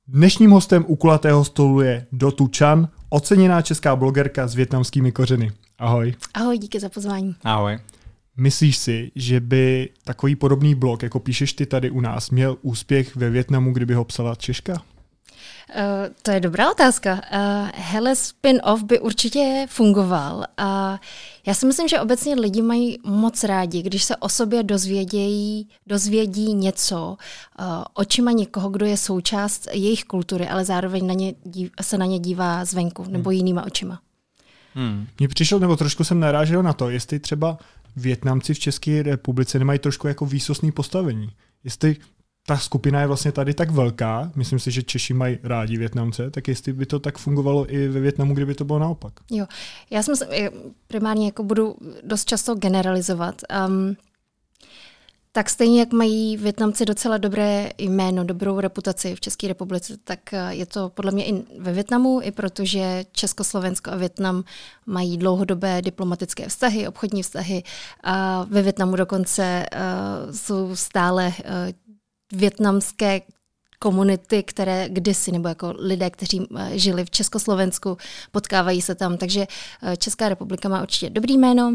Dnešním hostem u kulatého stolu je Do Thu Chan, oceněná česká blogerka s vietnamskými kořeny. Ahoj. Ahoj, díky za pozvání. Ahoj. Myslíš si, že by takový podobný blog, jako píšeš ty tady u nás, měl úspěch ve Vietnamu, kdyby ho psala Češka? To je dobrá otázka. Hele, spin-off by určitě fungoval. Já si myslím, že obecně lidi mají moc rádi, když se o sobě dozvědí něco očima někoho, kdo je součást jejich kultury, ale zároveň se na ně dívá zvenku nebo jinýma očima. Mně přišel, nebo trošku jsem narážel na to, jestli třeba Vietnamci v České republice nemají trošku jako výsostné postavení. Jestli ta skupina je vlastně tady tak velká, myslím si, že Češi mají rádi Vietnamce, tak jestli by to tak fungovalo i ve Vietnamu, kdyby to bylo naopak. Jo, já jsem primárně jako budu dost často generalizovat. Tak stejně, jak mají Vietnamci docela dobré jméno, dobrou reputaci v České republice, tak je to podle mě i ve Vietnamu, i protože Československo a Vietnam mají dlouhodobé diplomatické vztahy, obchodní vztahy a ve Vietnamu dokonce jsou stále vietnamské komunity, které kdysi, nebo jako lidé, kteří žili v Československu, potkávají se tam. Takže Česká republika má určitě dobrý jméno.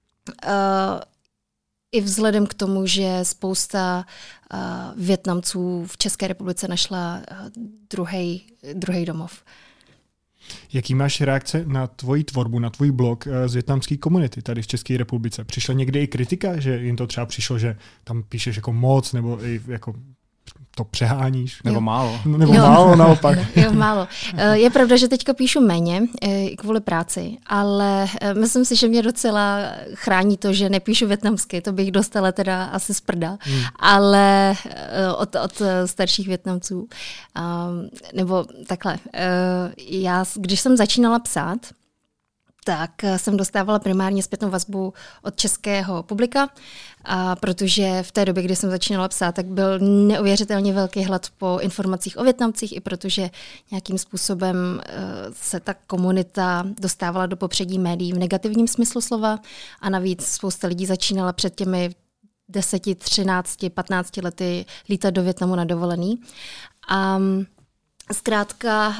I vzhledem k tomu, že spousta Vietnamců v České republice našla druhý domov. Jaký máš reakce na tvoji tvorbu, na tvůj blog z vietnamské komunity tady v České republice? Přišla někdy i kritika, že jim to třeba přišlo, že tam píšeš jako moc, nebo i jako to přeháníš? Nebo málo. Nebo málo naopak. Jo, málo. Je pravda, že teďka píšu méně kvůli práci, ale myslím si, že mě docela chrání to, že nepíšu vietnamsky, to bych dostala teda asi z prda, ale od starších Vietnamců. Nebo takhle. Já, když jsem začínala psát, tak jsem dostávala primárně zpětnou vazbu od českého publika, protože v té době, kdy jsem začínala psát, tak byl neuvěřitelně velký hlad po informacích o Vietnamcích, i protože nějakým způsobem se ta komunita dostávala do popředí médií v negativním smyslu slova a navíc spousta lidí začínala před těmi 10, 13, 15 lety lítat do Vietnamu na dovolený. A zkrátka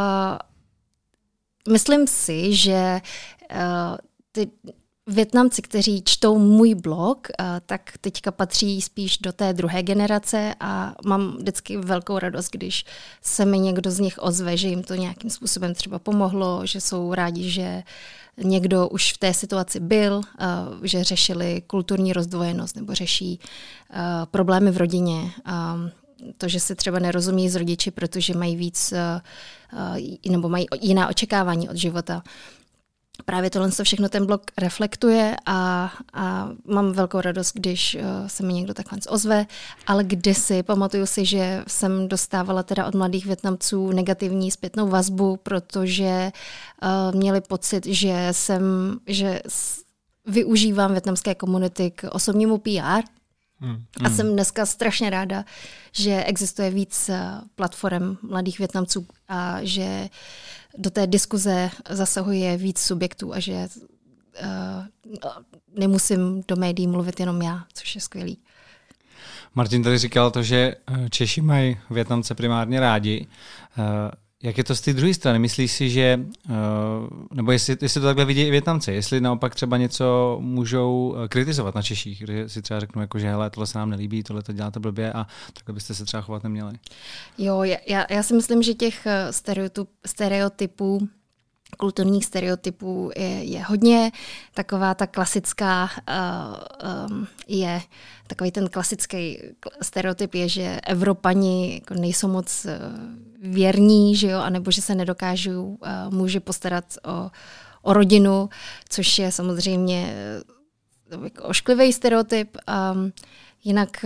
myslím si, že ty Vietnamci, kteří čtou můj blog, tak teďka patří spíš do té druhé generace a mám vždycky velkou radost, když se mi někdo z nich ozve, že jim to nějakým způsobem třeba pomohlo, že jsou rádi, že někdo už v té situaci byl, že řešili kulturní rozdvojenost nebo řeší problémy v rodině. To, že se třeba nerozumí s rodiči, protože mají víc nebo mají jiná očekávání od života. Právě tohle všechno ten blog reflektuje a mám velkou radost, když se mi někdo takhle ozve, ale kdysi, pamatuju si, že jsem dostávala teda od mladých Vietnamců negativní zpětnou vazbu, protože měli pocit, že využívám vietnamské komunity k osobnímu PR. A jsem dneska strašně ráda, že existuje víc platform mladých Vietnamců a že do té diskuze zasahuje víc subjektů a že nemusím do médií mluvit jenom já, což je skvělý. Martin tady říkal to, že Češi mají Vietnamce primárně rádi. Jak je to z té druhé strany? Myslíš si, že, nebo jestli to takhle vidí i Vietnamci, jestli naopak třeba něco můžou kritizovat na Češích, kde si třeba řeknou, jako, že hele, tohle se nám nelíbí, tohle to děláte blbě a takhle byste se třeba chovat neměli? Jo, já si myslím, že těch stereotypů, kulturních stereotypů je hodně. Taková ta klasická je takový ten klasický stereotyp je, že Evropani jako nejsou moc věrní, že jo, anebo že se nedokážou muži postarat o rodinu, což je samozřejmě jako ošklivý stereotyp. Jinak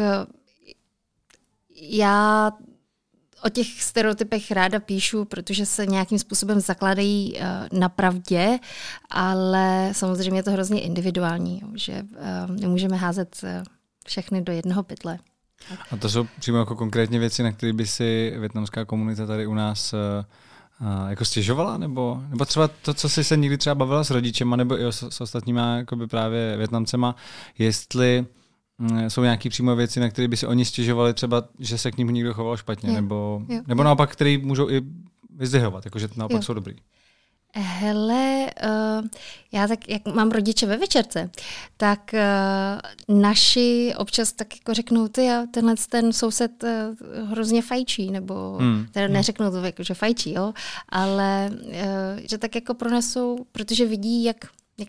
já o těch stereotypech ráda píšu, protože se nějakým způsobem zakládají na pravdě, ale samozřejmě je to hrozně individuální, že nemůžeme házet všechny do jednoho pytle. A to jsou přímo jako konkrétně věci, na které by si vietnamská komunita tady u nás jako stěžovala? Nebo třeba to, co jsi se někdy třeba bavila s rodičema nebo i s ostatníma jakoby právě Vietnamcema, jestli jsou nějaký přímo věci, na které by si oni stěžovali třeba, že se k ním někdo choval špatně, nebo naopak, který můžou i vyzdvihovat, jakože naopak jsou dobrý. Hele, já tak, jak mám rodiče ve večerce, tak naši občas tak jako řeknou, tenhle ten soused hrozně fajčí, nebo teda neřeknou to jako, že fajčí, jo, ale že tak jako pronesou, protože vidí, jak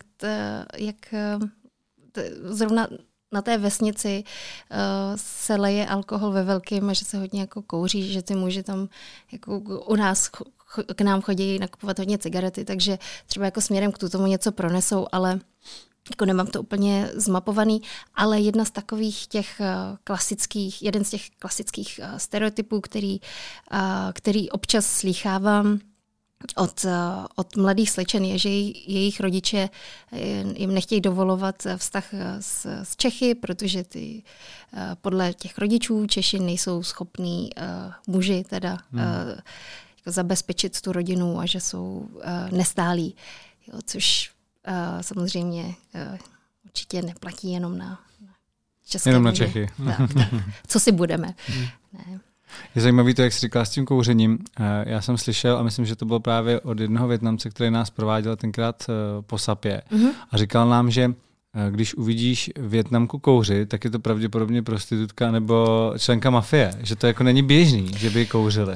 zrovna na té vesnici se leje alkohol ve velkém a že se hodně jako kouří, že ty muži tam jako u nás k nám chodí nakupovat hodně cigarety, takže třeba jako směrem k tomu něco pronesou, ale jako nemám to úplně zmapovaný, ale jeden z těch klasických stereotypů, který občas slýchávám od mladých slečen, je, že jejich rodiče jim nechtějí dovolovat vztah s Čechy, protože podle těch rodičů Češi nejsou schopní muži teda jako zabezpečit tu rodinu a že jsou nestálí. Jo, což samozřejmě určitě neplatí jenom na české jenom muži. Na Čechy. Tak. Co si budeme? Ne. Je zajímavý to, jak jsi říkala s tím kouřením. Já jsem slyšel a myslím, že to bylo právě od jednoho Vietnamce, který nás prováděl tenkrát po Sapě a říkal nám, že když uvidíš Vietnamku kouřit, tak je to pravděpodobně prostitutka nebo členka mafie, že to jako není běžný, že by kouřili.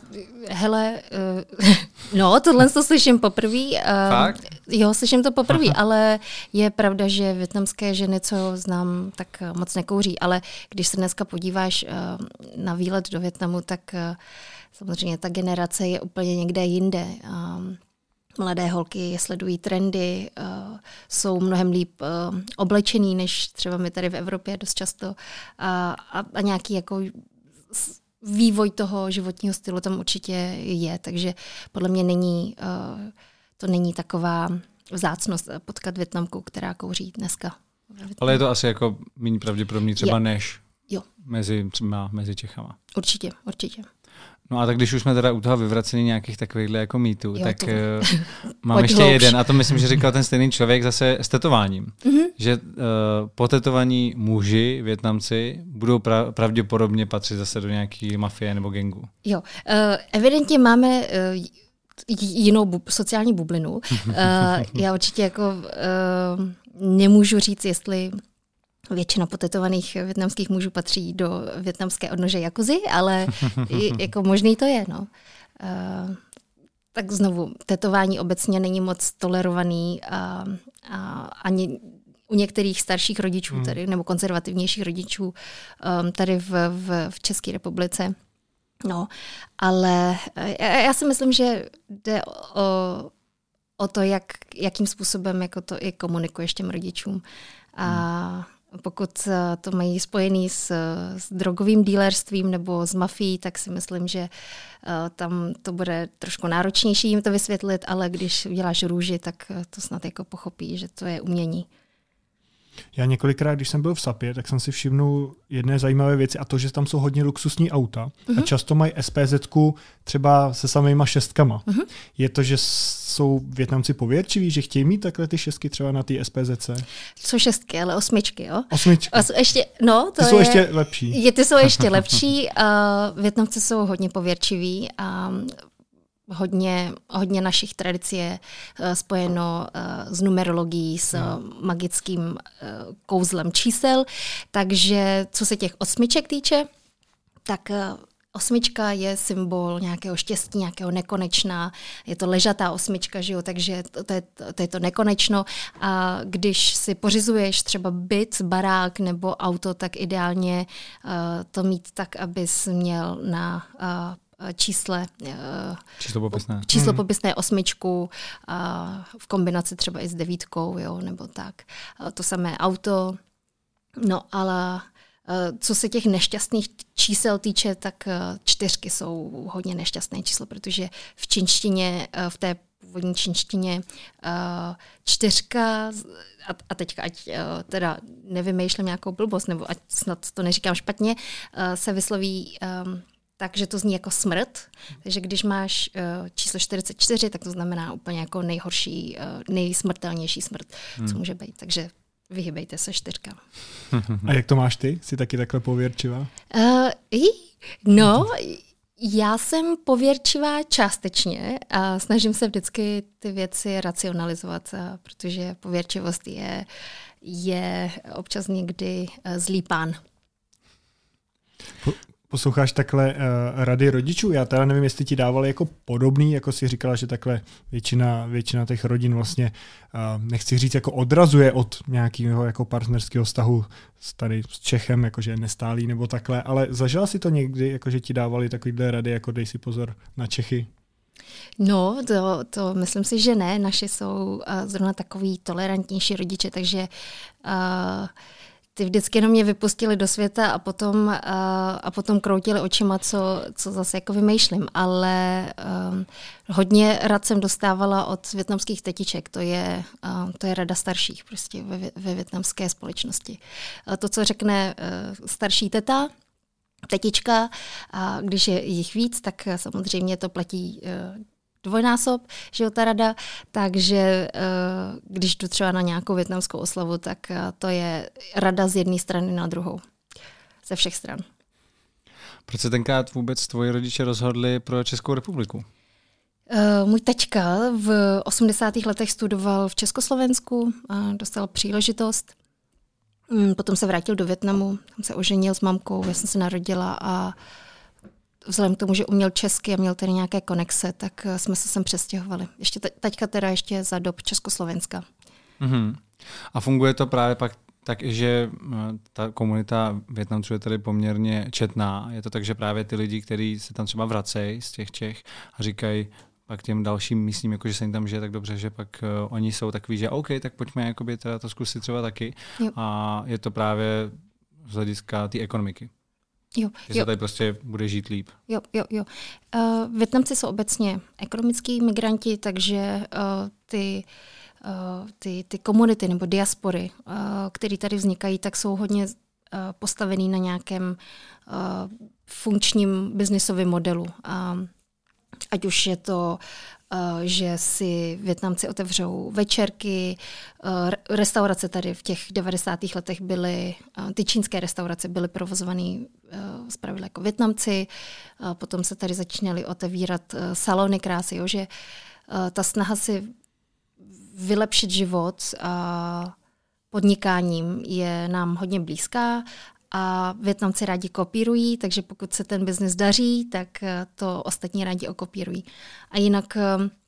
No, tohle to slyším poprvé. Fakt? Jo, slyším to poprvé, ale je pravda, že vietnamské ženy, co znám, tak moc nekouří, ale když se dneska podíváš na výlet do Vietnamu, tak samozřejmě ta generace je úplně někde jinde. Mladé holky sledují trendy, jsou mnohem líp oblečený, než třeba my tady v Evropě dost často a nějaký jako vývoj toho životního stylu tam určitě je, takže podle mě to není taková vzácnost potkat Vietnamku, která kouří dneska. Ale je to asi jako méně pravděpodobný třeba než jo. Mezi Čechama. Určitě. No a tak když už jsme teda u toho vyvracení nějakých takovýchhle jako mýtů, tak mám ještě jeden, a to myslím, že říkal ten stejný člověk zase s tetováním, že potetovaní muži, Vietnamci, budou pravděpodobně patřit zase do nějaký mafie nebo gangu. Jo, evidentně máme jinou sociální bublinu. Já určitě jako nemůžu říct, jestli většina potetovaných vietnamských mužů patří do vietnamské odnože jakuzy, ale jako možný to je. No. Tak znovu, tetování obecně není moc tolerovaný a ani u některých starších rodičů tady, nebo konzervativnějších rodičů tady v České republice. No, ale já si myslím, že jde o to, jakým způsobem jako to i komunikuješ těm rodičům. A pokud to mají spojený s drogovým dílerstvím nebo s mafií, tak si myslím, že tam to bude trošku náročnější jim to vysvětlit, ale když děláš růži, tak to snad jako pochopí, že to je umění. Já několikrát, když jsem byl v Sapě, tak jsem si všimnul jedné zajímavé věci a to, že tam jsou hodně luxusní auta a často mají SPZ-ku třeba se samýma šestkama. Je to, že jsou Vietnamci pověrčiví, že chtějí mít takhle ty šestky třeba na té SPZ-ce? Jsou šestky, ale osmičky, jo? Osmičky. Ty jsou ještě lepší. Ty jsou ještě lepší. Vietnamci jsou hodně pověrčiví a hodně našich tradicí je spojeno s numerologií, s magickým kouzlem čísel. Takže co se těch osmiček týče, tak osmička je symbol nějakého štěstí, nějakého nekonečná. Je to ležatá osmička, že jo? Takže to je to nekonečno. A když si pořizuješ třeba byt, barák nebo auto, tak ideálně to mít tak, abys měl na číslo popisné osmičku v kombinaci třeba i s devítkou, jo, nebo tak. To samé auto. No, ale co se těch nešťastných čísel týče, tak 4 jsou hodně nešťastné číslo, protože v čínštině, v té původní čínštině 4, a teďka ať teda nevymýšlím nějakou blbost, nebo ať snad to neříkám špatně, se vysloví takže to zní jako smrt. Takže když máš číslo 44, tak to znamená úplně jako nejhorší, nejsmrtelnější smrt, co může být. Takže vyhybejte se 4. A jak to máš ty? Jsi taky takhle pověrčivá? No, já jsem pověrčivá částečně a snažím se vždycky ty věci racionalizovat, protože pověrčivost je občas někdy zlý pán. Posloucháš takhle rady rodičů? Já teda nevím, jestli ti dávali jako podobný, jako si říkala, že takhle většina těch rodin vlastně, nechci říct, jako odrazuje od nějakého jako partnerského vztahu tady s Čechem, jakože je nestálý nebo takhle, ale zažila si to někdy, jakože ti dávali takovýhle rady, jako dej si pozor na Čechy? No, to myslím si, že ne. Naši jsou zrovna takový tolerantnější rodiče, takže ty vždycky jenom mě vypustili do světa a potom kroutili očima, co zase jako vymýšlím. Ale hodně rad jsem dostávala od vietnamských tetiček. To je rada starších prostě ve vietnamské společnosti. To, co řekne starší tetička, a když je jich víc, tak samozřejmě to platí dvojnásob, že jo, ta rada, takže když jdu třeba na nějakou vietnamskou oslavu, tak to je rada z jedné strany na druhou. Ze všech stran. Proč se tenkrát vůbec tvoji rodiče rozhodli pro Českou republiku? Můj taťka v 80. letech studoval v Československu, dostal příležitost. Potom se vrátil do Vietnamu, tam se oženil s mamkou, já jsem se narodila a vzhledem k tomu, že uměl česky a měl tady nějaké konexe, tak jsme se sem přestěhovali. Ještě taťka teda ještě za dob Československa. Mm-hmm. A funguje to právě pak tak, že ta komunita Vietnamců je tady poměrně četná. Je to tak, že právě ty lidi, kteří se tam třeba vracejí z těch Čech a říkají pak těm dalším místním, jako že se jim tam žije tak dobře, že pak oni jsou takový, že OK, tak pojďme jakoby teda to zkusit třeba taky. Jo. A je to právě z hlediska té ekonomiky. Jo, že se tady prostě bude žít líp. Jo. Vietnamci jsou obecně ekonomický migranti, takže ty komunity nebo diaspory, které tady vznikají, tak jsou hodně postavený na nějakém funkčním biznisovém modelu. Ať už je to, že si Vietnamci otevřou večerky, restaurace tady v těch 90. letech byly, ty čínské restaurace byly provozované zpravidla jako Vietnamci, potom se tady začínaly otevírat salony krásy, jo, že ta snaha si vylepšit život podnikáním je nám hodně blízká a Vietnamci rádi kopírují, takže pokud se ten biznis daří, tak to ostatní rádi okopírují. A jinak,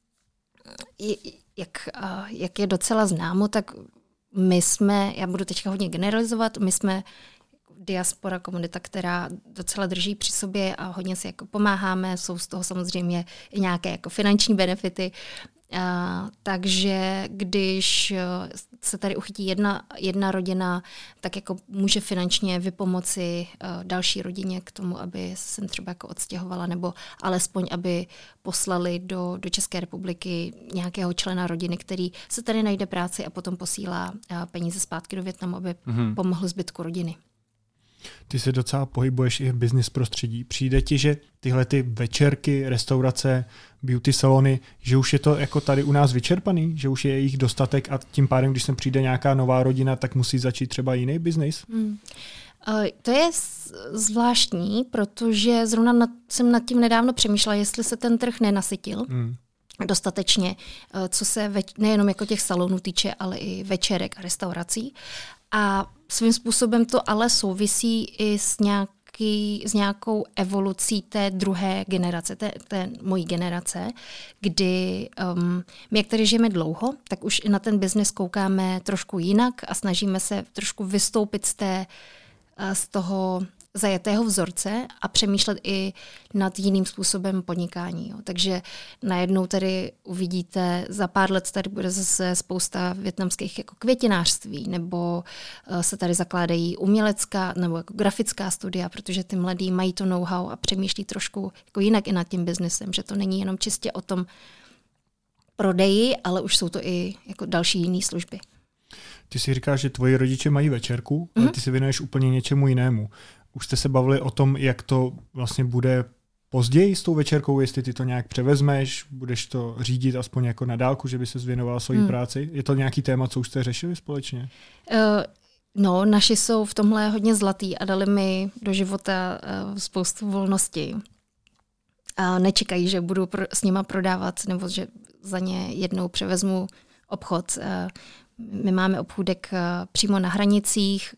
jak je docela známo, tak my jsme, já budu teďka hodně generalizovat, my jsme diaspora komunita, která docela drží při sobě a hodně si jako pomáháme, jsou z toho samozřejmě i nějaké jako finanční benefity. Takže když se tady uchytí jedna rodina, tak jako může finančně vypomoci další rodině k tomu, aby se sem třeba jako odstěhovala, nebo alespoň, aby poslali do České republiky nějakého člena rodiny, který se tady najde práci a potom posílá peníze zpátky do Vietnamu, aby pomohl zbytku rodiny. Ty se docela pohybuješ i v business prostředí. Přijde ti, že tyhle ty večerky, restaurace, beauty salony, že už je to jako tady u nás vyčerpaný, že už je jich dostatek a tím pádem, když sem přijde nějaká nová rodina, tak musí začít třeba jiný biznis? To je zvláštní, protože zrovna jsem nad tím nedávno přemýšlela, jestli se ten trh nenasytil dostatečně, co se nejenom jako těch salonů týče, ale i večerek a restaurací. A svým způsobem to ale souvisí i s nějakou evolucí té druhé generace, té mojí generace, kdy my, jak tady žijeme dlouho, tak už i na ten biznis koukáme trošku jinak a snažíme se trošku vystoupit z toho zajetého vzorce a přemýšlet i nad jiným způsobem podnikání. Jo. Takže najednou tady uvidíte, za pár let tady bude zase spousta vietnamských jako květinářství, nebo se tady zakládají umělecká nebo jako grafická studia, protože ty mladí mají to know-how a přemýšlí trošku jako jinak i nad tím biznesem, že to není jenom čistě o tom prodeji, ale už jsou to i jako další jiné služby. Ty si říkáš, že tvoji rodiče mají večerku, ale ty se věnuješ úplně něčemu jinému. Už jste se bavili o tom, jak to vlastně bude později s tou večerkou, jestli ty to nějak převezmeš, budeš to řídit aspoň jako na dálku, že by se zvěnovala svojí práci? Je to nějaký téma, co už jste řešili společně? No, naši jsou v tomhle hodně zlatý a dali mi do života spoustu volnosti. A nečekají, že budu s nima prodávat nebo že za ně jednou převezmu obchod. My máme obchůdek přímo na hranicích,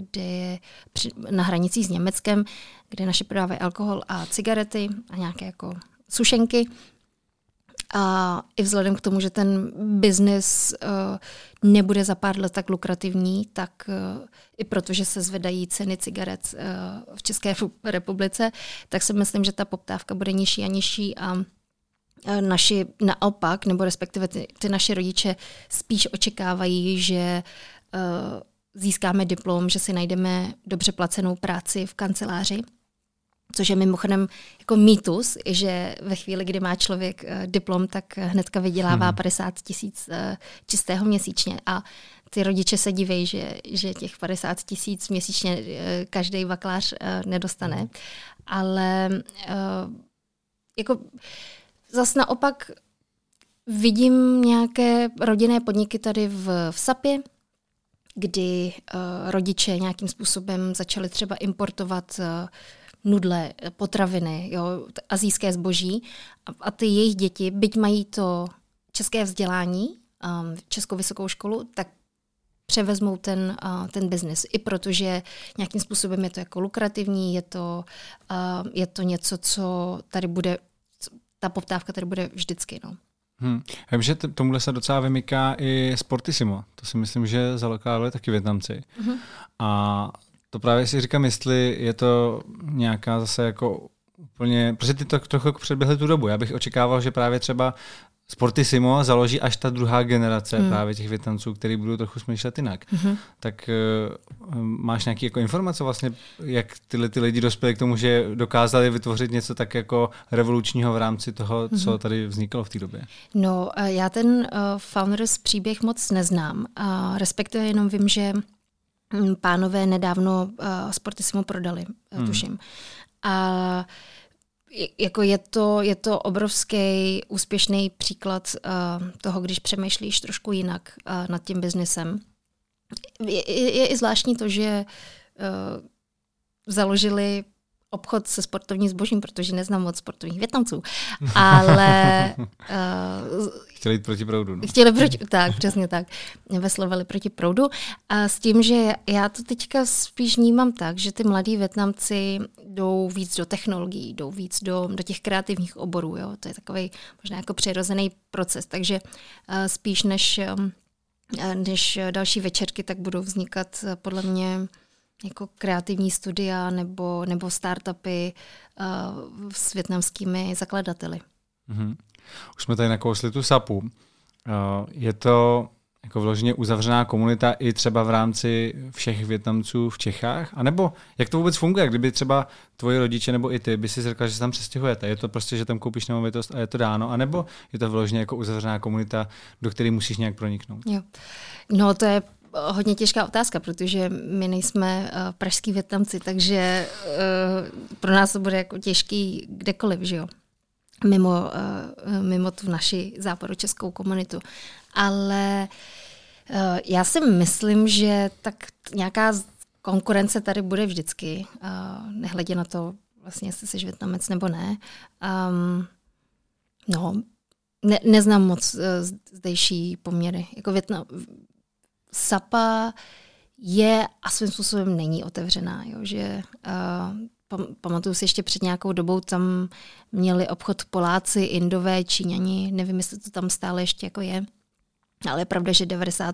na hranicích s Německem, kde naši prodávají alkohol a cigarety a nějaké jako sušenky. A i vzhledem k tomu, že ten biznis nebude za pár let tak lukrativní, tak i protože se zvedají ceny cigaret v České republice, tak si myslím, že ta poptávka bude nižší a nižší a naši naopak, nebo respektive ty naši rodiče spíš očekávají, že získáme diplom, že si najdeme dobře placenou práci v kanceláři, což je mimochodem jako mýtus, že ve chvíli, kdy má člověk diplom, tak hnedka vydělává 50 000 čistého měsíčně a ty rodiče se diví, že těch 50 000 měsíčně každý vaklář nedostane. Ale jako zas naopak vidím nějaké rodinné podniky tady v Sapě, kdy rodiče nějakým způsobem začali třeba importovat nudle, potraviny, jo, asijské zboží a ty jejich děti, byť mají to české vzdělání, českou vysokou školu, tak převezmou ten biznis. I protože nějakým způsobem je to jako lukrativní, je to něco, co tady bude, ta poptávka tady bude vždycky. No. Já vím, že tomuhle se docela vymyká i Sportissimo. To si myslím, že zalokávali taky Vietnamci. A to právě si říkám, jestli je to nějaká zase jako úplně, protože ty to trochu předběhly tu dobu. Já bych očekával, že právě třeba Sportissimo založí až ta druhá generace právě těch Vietnamců, který budou trochu smýšlet jinak. Tak máš nějaké jako informace vlastně, jak tyhle ty lidi dospěli k tomu, že dokázali vytvořit něco tak jako revolučního v rámci toho, co tady vznikalo v té době? No, já ten founders příběh moc neznám. Respektive jenom vím, že pánové nedávno Sportissimo prodali, tuším. A jako je to obrovský úspěšný příklad toho, když přemýšlíš trošku jinak nad tím biznesem. Je i zvláštní to, že založili obchod se sportovním zbožím, protože neznám moc sportovních Vietnamců, ale chtěli jít proti proudu. No? Tak, přesně tak. Veslovali proti proudu. A s tím, že já to teďka spíš vnímám tak, že ty mladí Vietnamci jdou víc do technologií, jdou víc do těch kreativních oborů. Jo? To je takový možná jako přirozený proces. Takže spíš než další večerky, tak budou vznikat podle mě jako kreativní studia nebo startupy s vietnamskými zakladateli. Už jsme tady nakousli tu Sapu. Je to jako vloženě uzavřená komunita i třeba v rámci všech Vietnamců v Čechách? A nebo jak to vůbec funguje? Kdyby třeba tvoji rodiče nebo i ty by si řekla, že se tam přestěhujete? Je to prostě, že tam koupíš nemovitost a je to dáno? A nebo je to vloženě jako uzavřená komunita, do které musíš nějak proniknout? Jo. No to je hodně těžká otázka, protože my nejsme pražský Vietnamci, takže pro nás to bude jako těžký kdekoliv, že jo? Mimo tu naši západočeskou komunitu. Ale já si myslím, že tak nějaká konkurence tady bude vždycky, nehledě na to, vlastně, jestli jsi Vietnamec nebo ne. Neznám moc zdejší poměry. Jako Sapa je a svým způsobem není otevřená, jo? Že pamatuju si ještě před nějakou dobou, tam měli obchod Poláci, Indové, Číňani, nevím, jestli to tam stále ještě jako je, ale je pravda, že 95%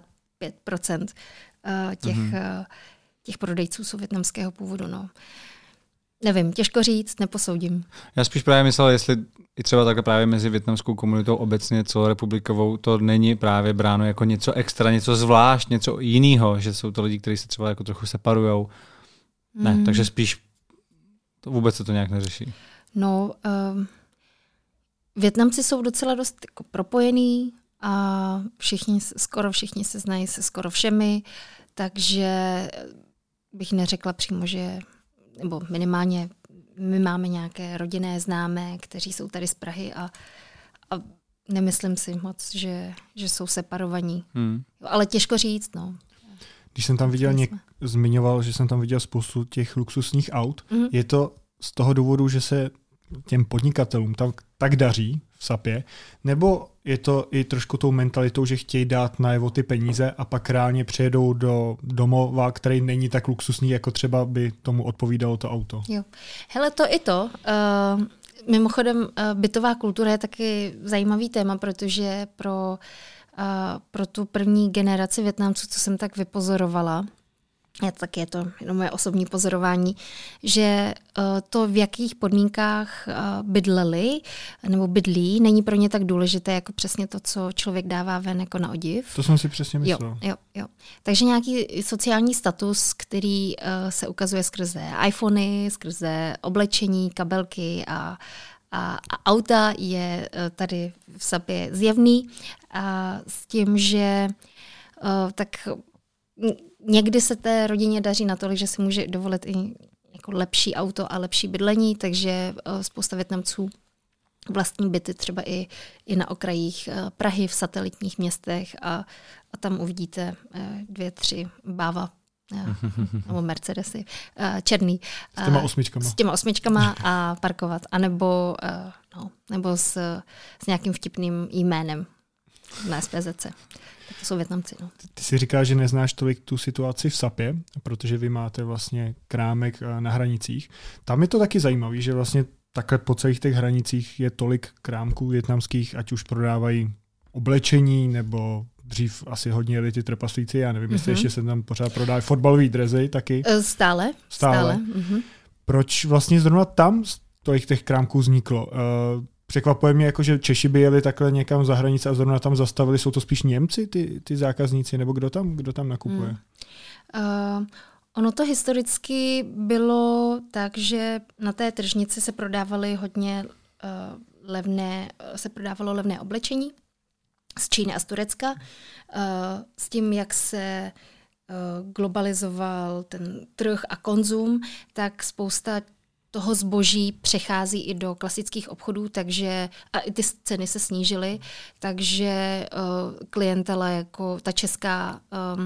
těch prodejců jsou vietnamského původu. No. Nevím, těžko říct, neposoudím. Já spíš právě myslel, jestli i třeba takhle právě mezi vietnamskou komunitou obecně celorepublikovou to není právě bráno jako něco extra, něco zvlášť, něco jiného, že jsou to lidi, kteří se třeba jako trochu separujou. Ne, takže spíš vůbec se to nějak neřeší. No, Vietnamci jsou docela dost jako propojení a skoro všichni se znají se skoro všemi, takže bych neřekla přímo, že nebo minimálně my máme nějaké rodinné známé, kteří jsou tady z Prahy a nemyslím si moc, že jsou separovaní. Ale těžko říct, no. Když jsem tam viděl, zmiňoval, že jsem tam viděl spoustu těch luxusních aut, je to z toho důvodu, že se těm podnikatelům tam tak daří v SAPě, nebo je to i trošku tou mentalitou, že chtějí dát najevo ty peníze a pak reálně přijedou do domova, který není tak luxusní, jako třeba by tomu odpovídalo to auto? Jo. Hele, to i to. Mimochodem, bytová kultura je taky zajímavý téma, protože pro tu první generaci Vietnamců, co jsem tak vypozorovala, tak je to jenom moje osobní pozorování, že to, v jakých podmínkách bydleli nebo bydlí, není pro ně tak důležité, jako přesně to, co člověk dává ven jako na odiv. To jsem si přesně myslel. Jo. Takže nějaký sociální status, který se ukazuje skrze iPhony, skrze oblečení, kabelky a auta, je tady v SAPě zjevný. A s tím, že tak někdy se té rodině daří natolik, že si může dovolit i jako lepší auto a lepší bydlení, takže spousta Vietnamců vlastní byty třeba i na okrajích Prahy, v satelitních městech a tam uvidíte 2, 3 báva nebo Mercedesy, černý. S těma osmičkama a parkovat. A nebo s nějakým vtipným jménem na SPZC. Tak to jsou Vietnamci. No. Ty si říkal, že neznáš tolik tu situaci v SAPě, protože vy máte vlastně krámek na hranicích. Tam je to taky zajímavé, že vlastně takhle po celých těch hranicích je tolik krámků vietnamských, ať už prodávají oblečení, nebo dřív asi hodně jeli ty trpaslíci, já nevím, jestli ještě se tam pořád prodávají fotbalové drezy taky. Stále. Proč vlastně zrovna tam tolik těch krámků vzniklo? Překvapuje mě, jako, že Češi by jeli takhle někam za hranice a zrovna tam zastavili. Jsou to spíš Němci, ty zákazníci, nebo kdo tam nakupuje? Ono to historicky bylo tak, že na té tržnici se prodávaly hodně levné oblečení z Číny a z Turecka. S tím, jak se globalizoval ten trh a konzum, tak spousta toho zboží přechází i do klasických obchodů, takže a i ty ceny se snížily, takže klientela jako ta česká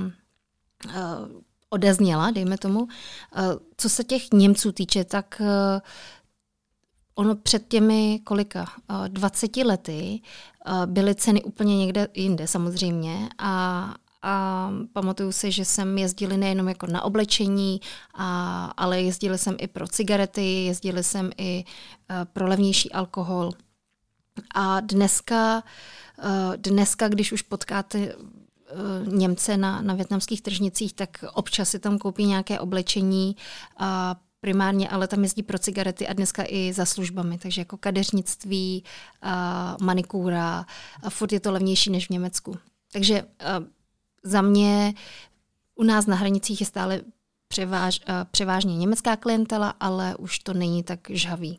odezněla, dejme tomu. Co se těch Němců týče, tak ono před těmi 20 lety byly ceny úplně někde jinde samozřejmě a pamatuju si, že jsem jezdili nejenom jako na oblečení, ale jezdili jsem i pro cigarety, jezdili jsem i pro levnější alkohol. A dneska, když už potkáte Němce na vietnamských tržnicích, tak občas si tam koupí nějaké oblečení a primárně, ale tam jezdí pro cigarety a dneska i za službami, takže jako kadeřnictví, manikúra, a furt je to levnější než v Německu. Takže za mě u nás na hranicích je stále převážně německá klientela, ale už to není tak žhavý.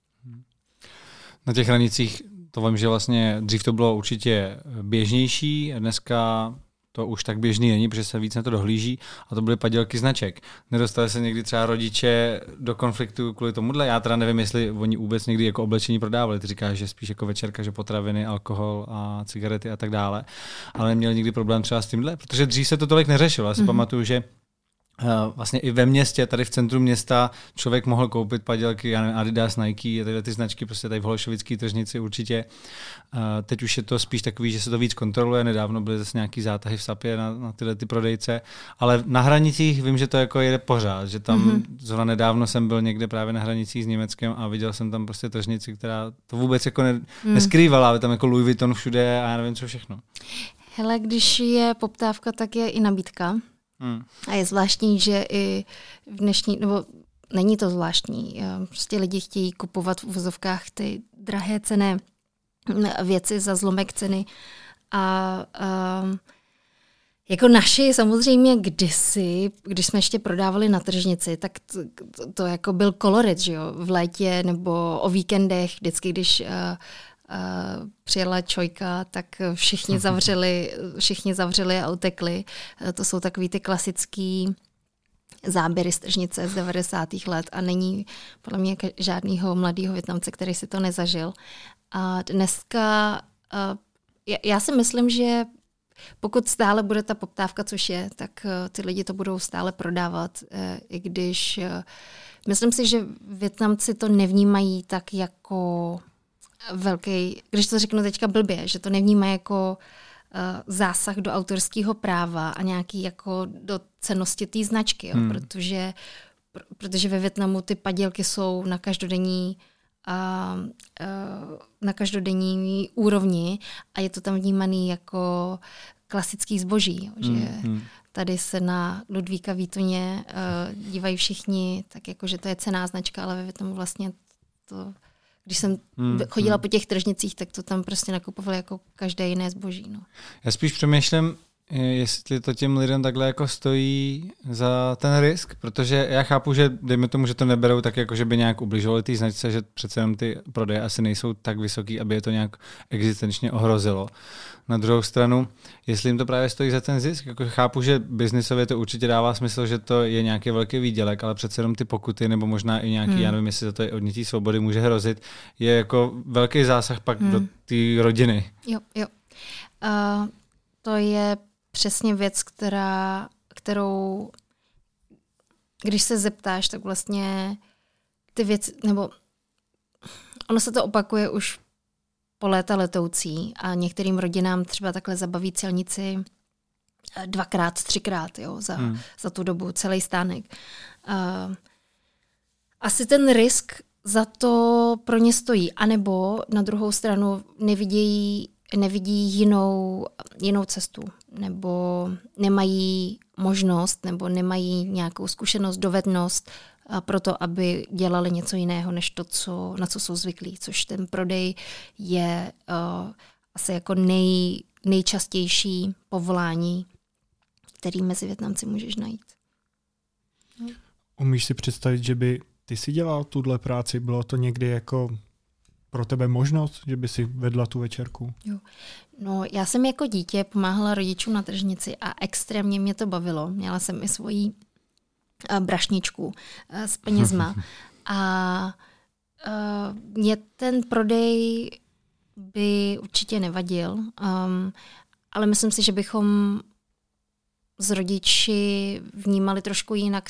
Na těch hranicích to vím, že vlastně dřív to bylo určitě běžnější, dneska to už tak běžný není, protože se víc na to dohlíží a to byly padělky značek. Nedostali se někdy třeba rodiče do konfliktu kvůli tomuhle? Já teda nevím, jestli oni vůbec někdy jako oblečení prodávali. Ty říkáš, že spíš jako večerka, že potraviny, alkohol a cigarety a tak dále. Ale neměli nikdy problém třeba s tímhle, protože dřív se to tolik neřešilo. Já si pamatuju, že vlastně i ve městě, tady v centru města, člověk mohl koupit padělky, já nevím, Adidas, Nike, tyhle ty značky, prostě tady v Holešovické tržnici určitě. Teď už je to spíš takový, že se to víc kontroluje, nedávno byly zase nějaký zátahy v SAPě na tyhle ty prodejce, ale na hranicích vím, že to jako jede pořád, že tam zrovna nedávno jsem byl někde právě na hranicích s Německem a viděl jsem tam prostě tržnici, která to vůbec jako neskrývala, ale tam jako Louis Vuitton všude a já nevím co všechno. Hele, když je poptávka, tak je i nabídka. A je zvláštní, že i v dnešní, nebo není to zvláštní, prostě lidi chtějí kupovat v uvozovkách ty drahé cenné věci za zlomek ceny a jako naši samozřejmě kdysi, když jsme ještě prodávali na tržnici, tak to jako byl kolorit, že jo, v létě nebo o víkendech, vždycky, když přijela čojka, tak všichni zavřeli a utekli. To jsou takový ty klasický záběry z tržnice z 90. let a není podle mě žádného mladého Vietnamce, který si to nezažil. A dneska já si myslím, že pokud stále bude ta poptávka, což je, tak ty lidi to budou stále prodávat, i když myslím si, že Vietnamci to nevnímají tak jako velký, když to řeknu teďka blbě, že to nevnímají jako zásah do autorského práva a nějaký jako do cennosti té značky, jo? Protože ve Vietnamu ty padělky jsou na každodenní úrovni a je to tam vnímaný jako klasický zboží, jo? Že tady se na Ludvíka Vítoně dívají všichni, tak jako, že to je cenná značka, ale ve Vietnamu vlastně to, když jsem chodila po těch tržnicích, tak to tam prostě nakupovali jako každé jiné zboží. No. Já spíš přemýšlím, jestli to těm lidem takhle jako stojí za ten risk, protože já chápu, že dejme tomu, že to neberou tak jako, že by nějak ubližovali té značce, že přece jenom ty prodeje asi nejsou tak vysoký, aby je to nějak existenčně ohrozilo. Na druhou stranu, jestli jim to právě stojí za ten zisk, jako chápu, že biznisově to určitě dává smysl, že to je nějaký velký výdělek, ale přece jenom ty pokuty nebo možná i nějaký, já nevím, jestli za to je odnětí svobody může hrozit, je jako velký zásah pak do té rodiny. Jo. To je přesně věc, kterou, když se zeptáš, tak vlastně ty věci, nebo ono se to opakuje už po léta letoucí a některým rodinám třeba takhle zabaví celnici 2x, 3x, jo, za tu dobu, celý stánek. Asi ten risk za to pro ně stojí, anebo na druhou stranu nevidí jinou cestu, nebo nemají možnost, nebo nemají nějakou zkušenost, dovednost pro to, aby dělali něco jiného, než to, na co jsou zvyklí, což ten prodej je asi jako nejčastější povolání, který mezi Vietnamci můžeš najít. No. Umíš si představit, že by ty si dělal tuhle práci? Bylo to někdy jako pro tebe možnost, že by si vedla tu večerku? Jo. No, já jsem jako dítě pomáhala rodičům na tržnici a extrémně mě to bavilo. Měla jsem i svoji brašničku s penězma a mě ten prodej by určitě nevadil, ale myslím si, že bychom s rodiči vnímali trošku jinak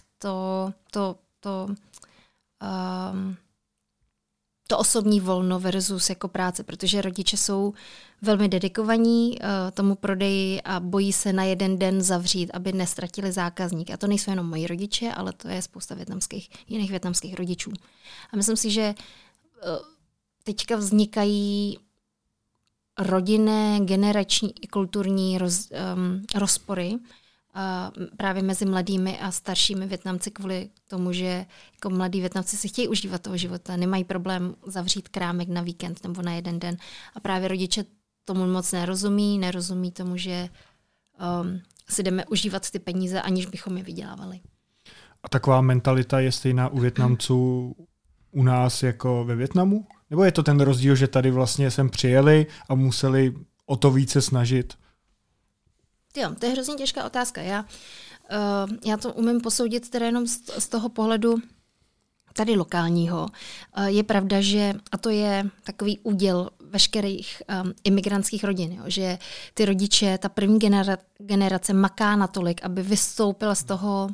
to osobní volno versus jako práce, protože rodiče jsou velmi dedikovaní tomu prodeji a bojí se na jeden den zavřít, aby nestratili zákazník. A to nejsou jenom moji rodiče, ale to je spousta jiných vietnamských rodičů. A myslím si, že teďka vznikají rodinné, generační i kulturní rozpory právě mezi mladými a staršími Vietnamci kvůli tomu, že jako mladí Vietnamci si chtějí užívat toho života, nemají problém zavřít krámek na víkend nebo na jeden den. A právě rodiče tomu moc nerozumí tomu, že si jdeme užívat ty peníze, aniž bychom je vydělávali. A taková mentalita je stejná u Vietnamců u nás jako ve Vietnamu? Nebo je to ten rozdíl, že tady vlastně sem přijeli a museli o to více snažit? Jo, to je hrozně těžká otázka. Já to umím posoudit teda jenom z toho pohledu tady lokálního. Je pravda, že, a to je takový úděl veškerých imigrantských rodin, jo, že ty rodiče, ta první generace maká natolik, aby vystoupila z toho,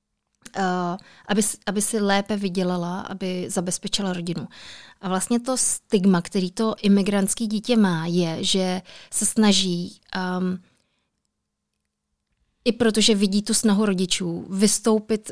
aby si lépe vydělala, aby zabezpečila rodinu. A vlastně to stigma, který to imigrantský dítě má, je, že se snaží i protože vidí tu snahu rodičů vystoupit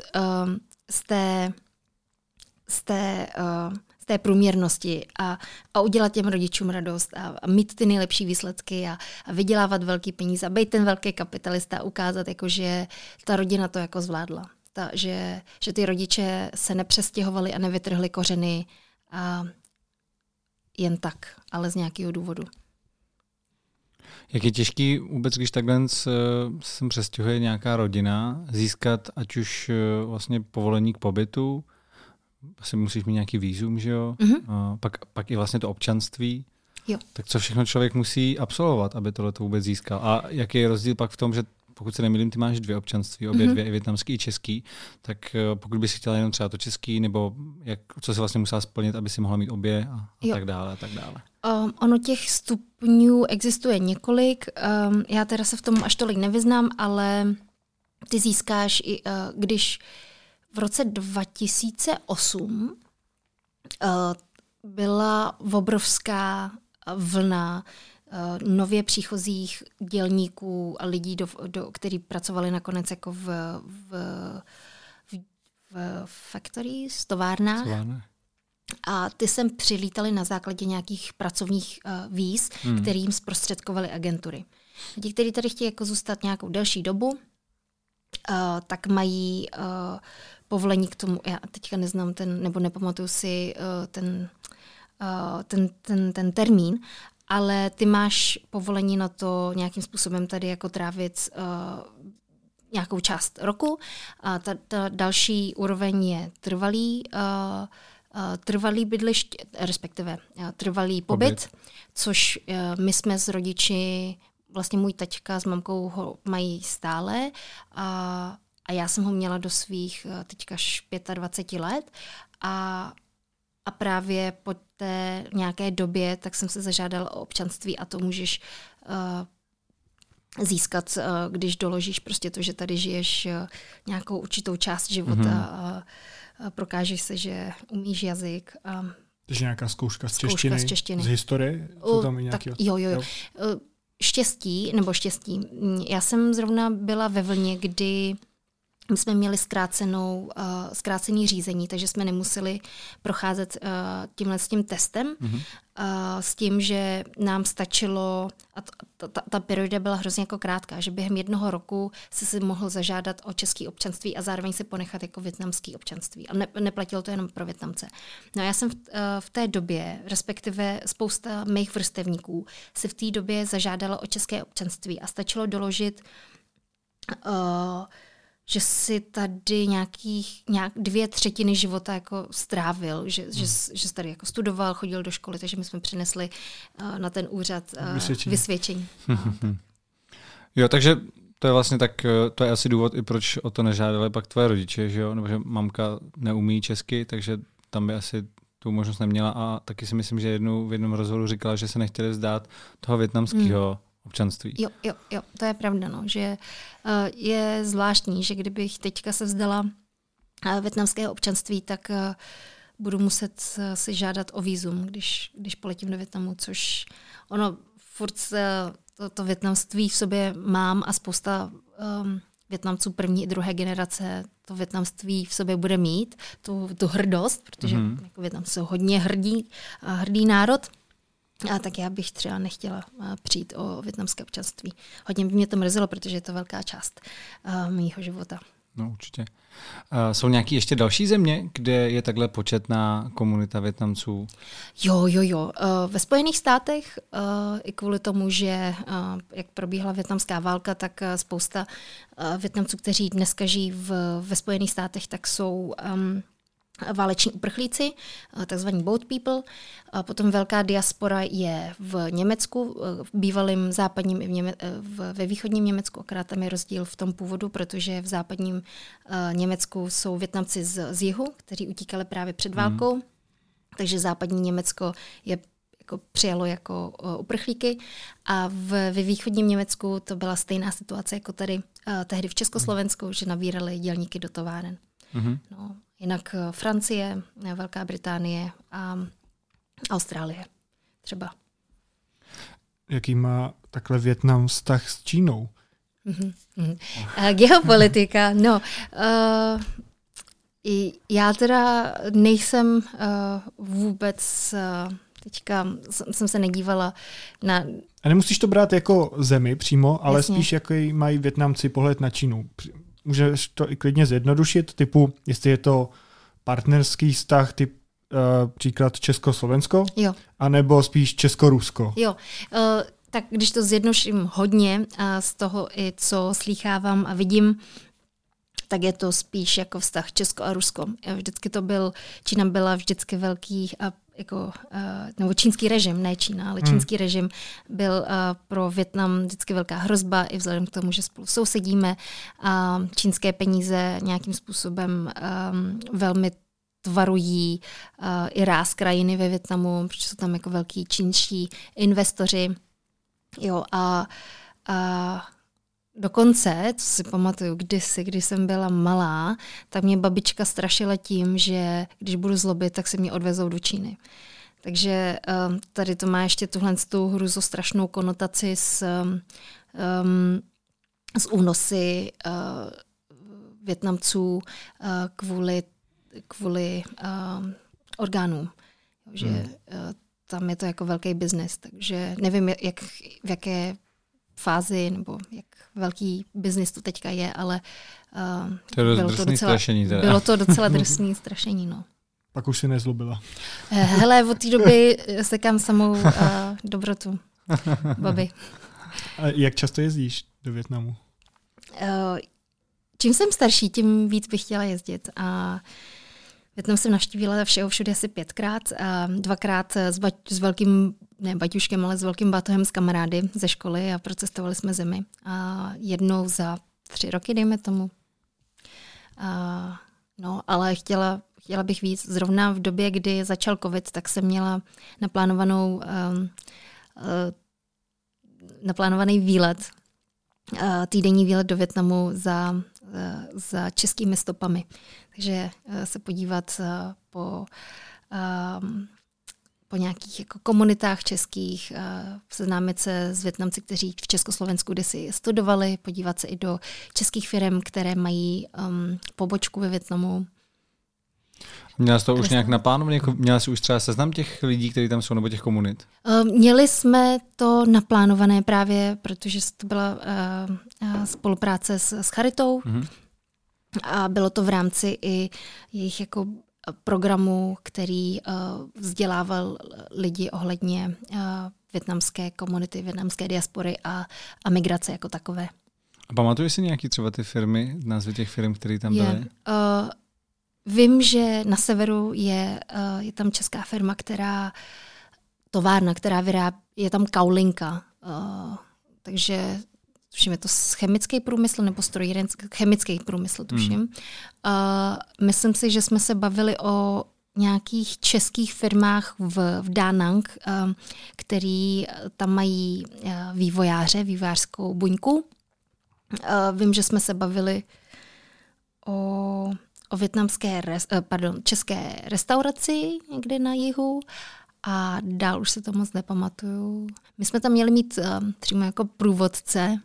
z té průměrnosti a udělat těm rodičům radost a mít ty nejlepší výsledky a vydělávat velký peníze a být ten velký kapitalista a ukázat, jako, že ta rodina to jako zvládla. Že ty rodiče se nepřestěhovali a nevytrhli kořeny jen tak, ale z nějakého důvodu. Jak je těžký vůbec, když takhle se přestěhuje nějaká rodina, získat ať už vlastně povolení k pobytu, asi musíš mít nějaký vízum, že jo? Mm-hmm. Pak i vlastně to občanství. Jo. Tak co všechno člověk musí absolvovat, aby tohle to vůbec získal? A jaký je rozdíl pak v tom, že pokud se nemýlím, ty máš 2 občanství, obě dvě, i vietnamský, i český, tak pokud bys chtěla jenom třeba to český, nebo co jsi vlastně musela splnit, aby si mohla mít obě a tak dále a tak dále. Ono těch stupňů existuje několik, já teda se v tom až tolik nevyznám, ale ty získáš, když v roce 2008 byla obrovská vlna nově příchozích dělníků a lidí, kteří pracovali nakonec jako v factories, továrnách. A ty sem přilítali na základě nějakých pracovních víz, kterým zprostředkovaly agentury. Ti, kteří tady chtějí jako zůstat nějakou delší dobu, tak mají povolení k tomu, já teďka neznám nebo nepamatuju si ten termín, ale ty máš povolení na to nějakým způsobem tady jako trávit nějakou část roku. A ta další úroveň je trvalý bydliště, respektive trvalý pobyt, což my jsme s rodiči, vlastně můj taťka s mamkou ho mají stále a já jsem ho měla do svých teďka 25 let a právě po té nějaké době tak jsem se zažádala o občanství a to můžeš získat, když doložíš prostě to, že tady žiješ nějakou určitou část života a prokážeš se, že umíš jazyk. Takže nějaká zkouška z češtiny. Z historie? Tam jo. Štěstí. Já jsem zrovna byla ve vlně, kdy my jsme měli zkrácený řízení, takže jsme nemuseli procházet s tím testem, s tím, že nám stačilo, a ta perioda byla hrozně jako krátká, že během 1 roku si mohl zažádat o české občanství a zároveň si ponechat jako vietnamské občanství. A neplatilo to jenom pro Vietnamce. No a já jsem v té době, respektive spousta mých vrstevníků, si v té době zažádala o české občanství a stačilo doložit že si tady nějak 2/3 života jako strávil, že jsi tady jako studoval, chodil do školy, takže my jsme přinesli na ten úřad vysvědčení. Jo, takže to je vlastně to je asi důvod, i proč o to nežádali pak tvoje rodiče, že jo? Nebo že mamka neumí česky, takže tam by asi tu možnost neměla a taky si myslím, že v jednom rozhovoru říkala, že se nechtěli vzdát toho vietnamského občanství. Jo, to je pravda, no, že je zvláštní, že kdybych teďka se vzdala vietnamského občanství, tak budu muset si žádat o vízum, když poletím do Vietnamu, což ono furt to vietnamství v sobě mám a spousta Vietnamců první i druhé generace to vietnamství v sobě bude mít, tu hrdost, protože jako Vietnamci jsou hodně hrdý národ. A tak já bych třeba nechtěla přijít o vietnamské občanství. Hodně by mě to mrzelo, protože je to velká část mýho života. No určitě. Jsou nějaké ještě další země, kde je takhle početná komunita Vietnamců? Jo. Ve Spojených státech i kvůli tomu, že jak probíhala vietnamská válka, tak spousta Vietnamců, kteří dneska žijí ve Spojených státech, tak jsou váleční uprchlíci, takzvaní boat people. Potom velká diaspora je v Německu, v bývalém západním i ve východním Německu, akorát tam je rozdíl v tom původu, protože v západním Německu jsou Vietnamci z jihu, kteří utíkali právě před válkou, takže západní Německo je přijalo jako uprchlíky a ve východním Německu to byla stejná situace jako tady tehdy v Československu, že nabírali dělníky do továren. No, jinak Francie, Velká Británie a Austrálie třeba. Jaký má takhle Vietnam vztah s Čínou? Geopolitika, no. Já teda nejsem vůbec, teďka jsem se nedívala na... A nemusíš to brát jako zemi přímo, ale spíš jaký mají Vietnamci pohled na Čínu. Můžeš to i klidně zjednodušit, typu, jestli je to partnerský vztah, typ příklad Česko-Slovensko, anebo spíš Česko-Rusko. Jo, tak když to zjednoduším hodně a z toho i co slýchávám a vidím, tak je to spíš jako vztah Česko a Rusko. Vždycky Čína byla vždycky velký nebo čínský režim, ne Čína, ale čínský režim byl pro Vietnam vždycky velká hrozba, i vzhledem k tomu, že spolu sousedíme. A čínské peníze nějakým způsobem velmi tvarují i ráz krajiny ve Vietnamu, protože jsou tam jako velký čínští investoři. Jo, a dokonce, co si pamatuju kdysi, když jsem byla malá, tak mě babička strašila tím, že když budu zlobit, tak se mě odvezou do Číny. Takže tady to má ještě tuhle hruzostrašnou konotaci s únosy Vietnamců kvůli orgánům. Že tam je to jako velký biznes, takže nevím, v jaké fázi nebo jak velký biznis to teďka je, ale bylo to docela drsný strašení. No. Pak už si nezlobila. Hele, od té doby sekám samou dobrotu, babi. A jak často jezdíš do Vietnamu? Čím jsem starší, tím víc bych chtěla jezdit. A Vietnam jsem navštívila všeho všude asi 5krát. A 2krát s velkým, ne baťuškem, ale s velkým batohem s kamarády ze školy a procestovali jsme zemi. A jednou za 3 roky, dejme tomu. No, ale chtěla bych víc. Zrovna v době, kdy začal covid, tak jsem měla naplánovaný výlet, týdenní výlet do Vietnamu za českými stopami. Takže se podívat po nějakých jako komunitách českých, seznámit se s Vietnamci, kteří v Československu kdysi studovali, podívat se i do českých firm, které mají pobočku ve Vietnamu. Měla jsi to už nějak naplánované? Měla jsi už třeba seznam těch lidí, kteří tam jsou, nebo těch komunit? Měli jsme to naplánované právě, protože to byla spolupráce s Charitou. Mm-hmm. A bylo to v rámci i jejich jako programu, který vzdělával lidi ohledně vietnamské komunity, vietnamské diaspory a migrace jako takové. A pamatuješ si nějaký třeba ty firmy, názvy těch firm, které tam byly? Vím, že na severu je tam česká firma, továrna, která vyrábí, je tam kaulinka, takže tuším, je to chemický průmysl nebo strojírenský, chemický průmysl, tuším. Myslím si, že jsme se bavili o nějakých českých firmách v Da Nang, který tam mají vývojářskou buňku. Vím, že jsme se bavili o české restauraci někde na jihu a dál už se to moc nepamatuju. My jsme tam měli mít přímo jako průvodce,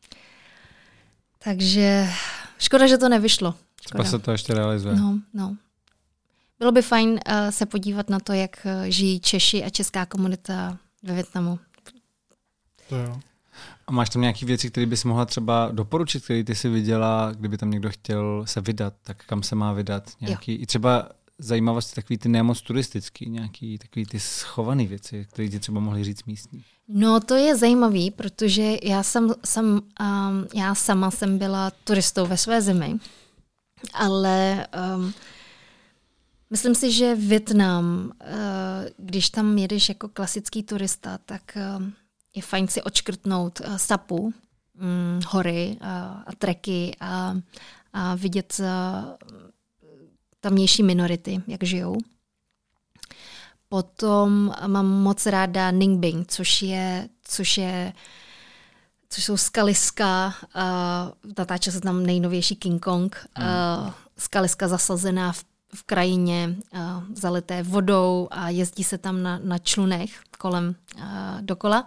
takže škoda, že to nevyšlo. Třeba se to ještě realizuje. No. Bylo by fajn se podívat na to, jak žijí Češi a česká komunita ve Vietnamu. To jo. A máš tam nějaké věci, které bys mohla třeba doporučit, které ty jsi viděla, kdyby tam někdo chtěl se vydat, tak kam se má vydat? Nějaký, i třeba zajímavosti, takový ty nemoc turistický, nějaký takový ty schované věci, které ti třeba mohli říct místní. No to je zajímavý, protože já sama jsem byla turistou ve své zemi, ale myslím si, že Vietnam, když tam jedeš jako klasický turista, tak je fajn si odškrtnout Sapu, hory a treky a vidět tamnější minority, jak žijou. Potom mám moc ráda Ninh Binh, což jsou skaliska, natáčel se tam nejnovější King Kong, skaliska zasazená v krajině, zalité vodou a jezdí se tam na člunech kolem dokola.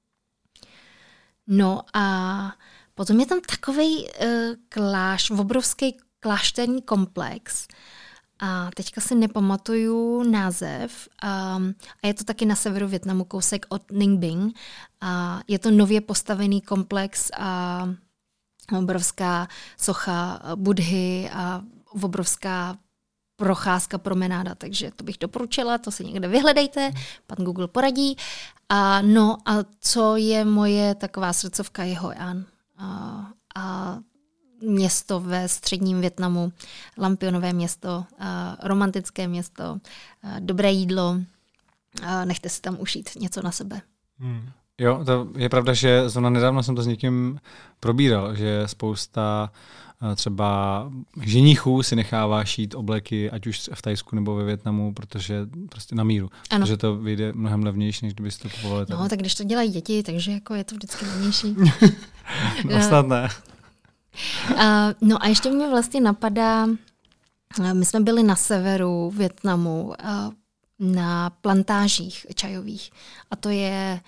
No a potom je tam takovej obrovský klášterní komplex a teďka si nepamatuju název a je to taky na severu Vietnamu, kousek od Ninh Binh a je to nově postavený komplex a obrovská socha Budhy a obrovská procházka, promenáda, takže to bych doporučila, to si někde vyhledejte, pan Google poradí. A co je moje taková srdcovka je Hoi An. A město ve středním Vietnamu, lampionové město, romantické město, dobré jídlo, nechte si tam ušít něco na sebe. Jo, to je pravda, že zrovna nedávno jsem to s někým probíral, že spousta třeba ženichů si nechává šít obleky, ať už v Thajsku nebo ve Vietnamu, protože prostě na míru. Ano. Protože to vyjde mnohem levnější, než kdyby si to kupovali tady. No, tak když to dělají děti, takže jako je to vždycky levnější. No snad ne. No a ještě mě vlastně napadá, my jsme byli na severu Vietnamu na plantážích čajových a to je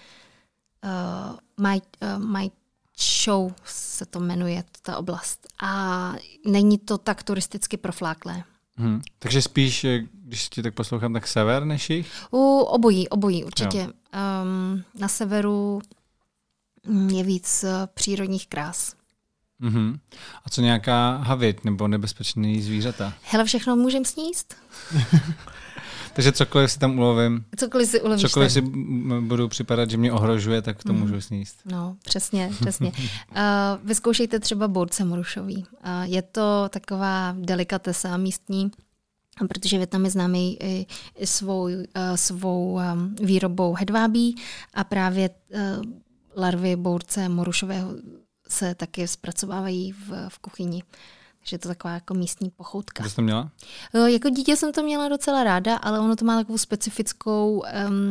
Mai Châu se to jmenuje, ta oblast. A není to tak turisticky profláklé. Takže spíš, když ti tak poslouchám, tak sever než jich? Obojí určitě. Na severu je víc přírodních krás. A co nějaká havit nebo nebezpečný zvířata? Hele, všechno můžem sníst. Takže cokoliv si tam ulovím, cokoliv si budu připadat, že mě ohrožuje, tak to můžu sníst. No, přesně. Vyzkoušejte třeba bourtce morušový. Je to taková delikatesa místní, protože Vietnam je známý i svou výrobou hedvábí a právě larvy bourtce morušového se taky zpracovávají v kuchyni. Takže je to taková jako místní pochoutka. Co jsi to měla? Jako dítě jsem to měla docela ráda, ale ono to má takovou specifickou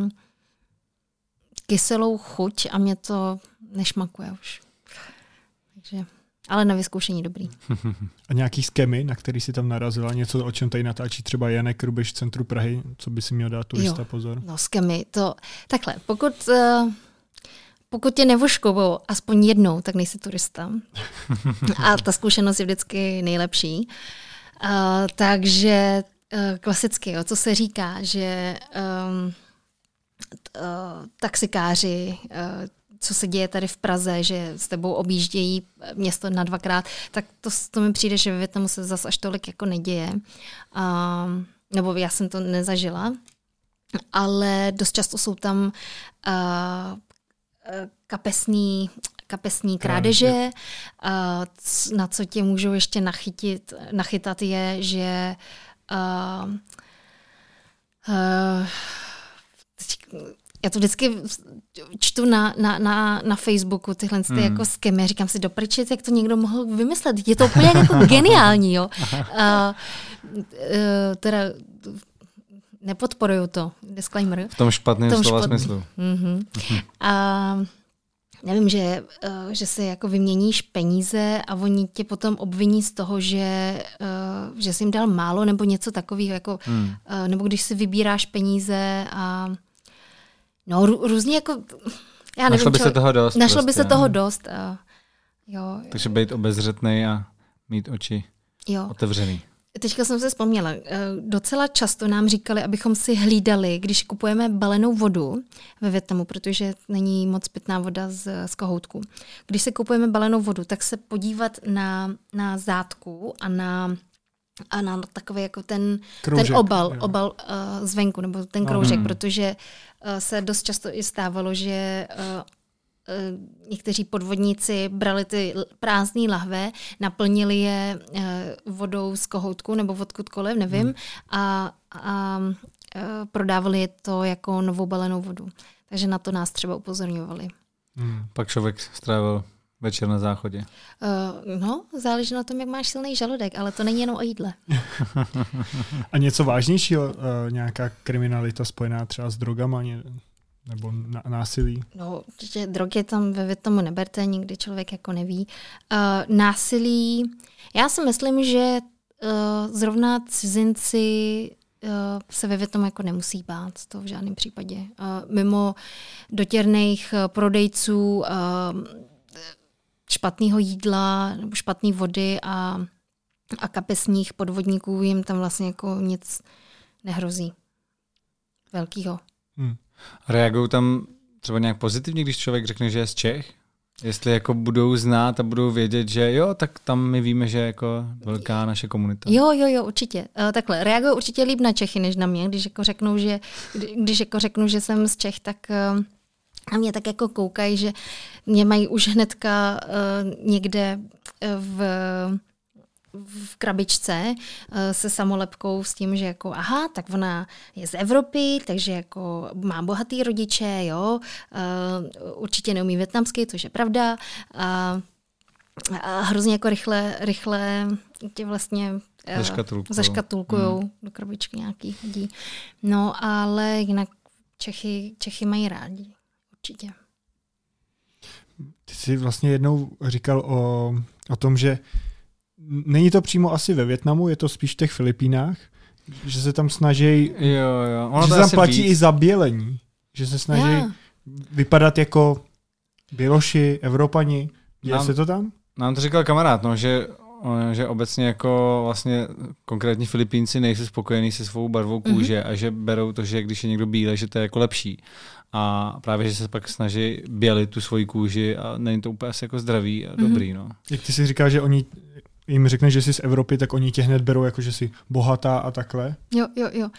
kyselou chuť a mě to nešmakuje už. Takže, ale na vyzkoušení dobrý. A nějaký skemy, na který si tam narazila? Něco, o čem tady natáčí třeba Janek Rubiš v centru Prahy? Co by si měl dát turista pozor? No skemy, to takhle. Pokud tě nevoškovou aspoň jednou, tak nejsi turista. A ta zkušenost je vždycky nejlepší. Takže klasicky, co se říká, že taxikáři, co se děje tady v Praze, že s tebou objíždějí město na 2krát, tak to mi přijde, že ve Vietnamu se zas až tolik jako neděje. Nebo já jsem to nezažila. Ale dost často jsou tam kapesní krádeže. Na co tě můžou ještě nachytat je, že já to vždycky čtu na Facebooku tyhle jako skemy. Říkám si, doprčit, jak to někdo mohl vymyslet. Je to úplně jako geniální. Jo. Teda nepodporuju to. Disclaimer. V tom špatném slova smyslu. A nevím, že se jako vyměníš peníze a oni tě potom obviní z toho, že jsi jim dal málo nebo něco takového. Jako, nebo když si vybíráš peníze a no různě jako já nevím. Našlo by se toho dost. Našlo by se toho dost. Jo. Takže být obezřetnej a mít oči otevřený. Teďka jsem se vzpomněla, docela často nám říkali, abychom si hlídali, když kupujeme balenou vodu ve Vietnamu, protože není moc pitná voda z kohoutku. Když si kupujeme balenou vodu, tak se podívat na zátku a na takový jako ten obal zvenku, nebo ten kroužek, protože se dost často i stávalo, že někteří podvodníci brali ty prázdné lahve, naplnili je vodou z kohoutku nebo odkudkoliv, nevím, a prodávali je to jako novou balenou vodu. Takže na to nás třeba upozorňovali. Pak člověk strávil večer na záchodě. No, záleží na tom, jak máš silný žaludek, ale to není jenom o jídle. A něco vážnějšího, nějaká kriminalita spojená třeba s drogama? Nebo násilí? No, že drogy tam ve Vietnamu neberte, nikdy člověk jako neví. Násilí, já si myslím, že zrovna cizinci se ve Vietnamu jako nemusí bát, to v žádném případě. Mimo dotěrných prodejců špatného jídla nebo špatné vody a kapesních podvodníků jim tam vlastně jako nic nehrozí velkýho. Reagují tam třeba nějak pozitivně, když člověk řekne, že je z Čech? Jestli jako budou znát a budou vědět, že jo, tak tam my víme, že jako velká naše komunita. Jo, určitě. Takhle, reagují určitě líp na Čechy, než na mě. Když jako řeknu, že jsem z Čech, tak na mě tak jako koukají, že mě mají už hnedka někde v krabičce se samolepkou s tím, že jako aha, tak ona je z Evropy, takže jako má bohatý rodiče, jo, určitě neumí vietnamsky, což je pravda. A hrozně jako rychle tě vlastně zaškatulkujou do krabičky nějaký hodí. No, ale jinak Čechy mají rádi, určitě. Ty jsi vlastně jednou říkal o tom, že není to přímo asi ve Vietnamu, je to spíš v těch Filipínách, že se tam snaží, že se tam platí i zabělení, že se snaží vypadat jako Běloši, Evropani. Děje se to tam? Nám to říkal kamarád, no, že obecně jako vlastně konkrétní Filipínci nejsou spokojení se svou barvou kůže a že berou to, že když je někdo bílý, že to je jako lepší. A právě, že se pak snaží bělit tu svoji kůži a není to úplně asi jako zdravý a dobrý. No. Jak ty si říkáš, že oni jim řekneš, že jsi z Evropy, tak oni tě hned berou jako, že jsi bohatá a takhle? Jo.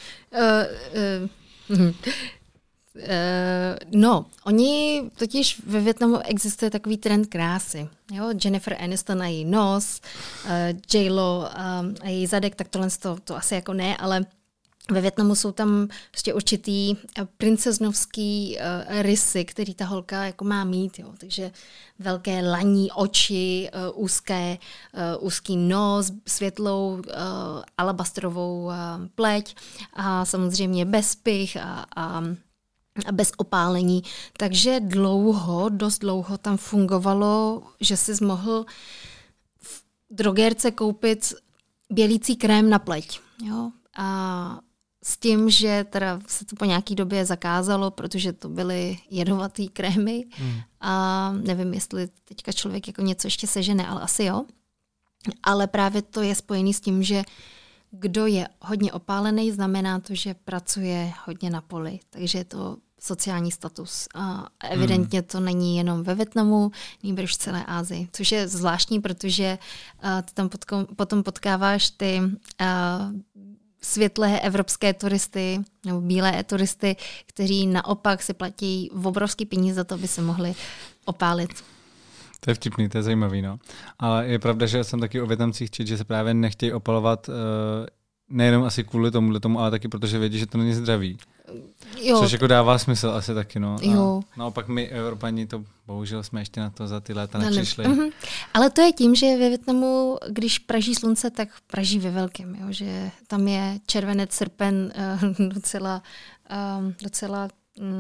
No, oni totiž ve Vietnamu existuje takový trend krásy. Jo? Jennifer Aniston a její nos, J.Lo a její zadek, tak tohle to asi jako ne, ale ve Vietnamu jsou tam ještě určitý princeznovský rysy, který ta holka jako má mít. Jo? Takže velké laní oči, úzký nos, světlou alabastrovou pleť a samozřejmě bez pych a bez opálení. Takže dost dlouho tam fungovalo, že jsi mohl v drogérce koupit bělící krém na pleť. Jo? A s tím, že teda se to po nějaký době zakázalo, protože to byly jedovatý krémy a nevím, jestli teďka člověk jako něco ještě sežene, ale asi jo. Ale právě to je spojený s tím, že kdo je hodně opálený, znamená to, že pracuje hodně na poli. Takže je to sociální status. A evidentně to není jenom ve Vietnamu, nýbrž v celé Asii. Což je zvláštní, protože ty tam potom potkáváš ty světlé evropské turisty nebo bílé turisty, kteří naopak si platí obrovský peníze za to, aby se mohli opálit. To je vtipný, to je zajímavý, no. Ale je pravda, že jsem taky o Vietnamcích čet, že se právě nechtějí opalovat nejenom asi kvůli tomu, ale taky protože vědí, že to není zdravý. Jo. Což jako dává smysl asi taky, no. Jo. Naopak my, Evropani, to bohužel jsme ještě na to za ty léta nepřišli. Ale to je tím, že ve Vietnamu, když praží slunce, tak praží ve velkém, jo? Že tam je červenec, srpen docela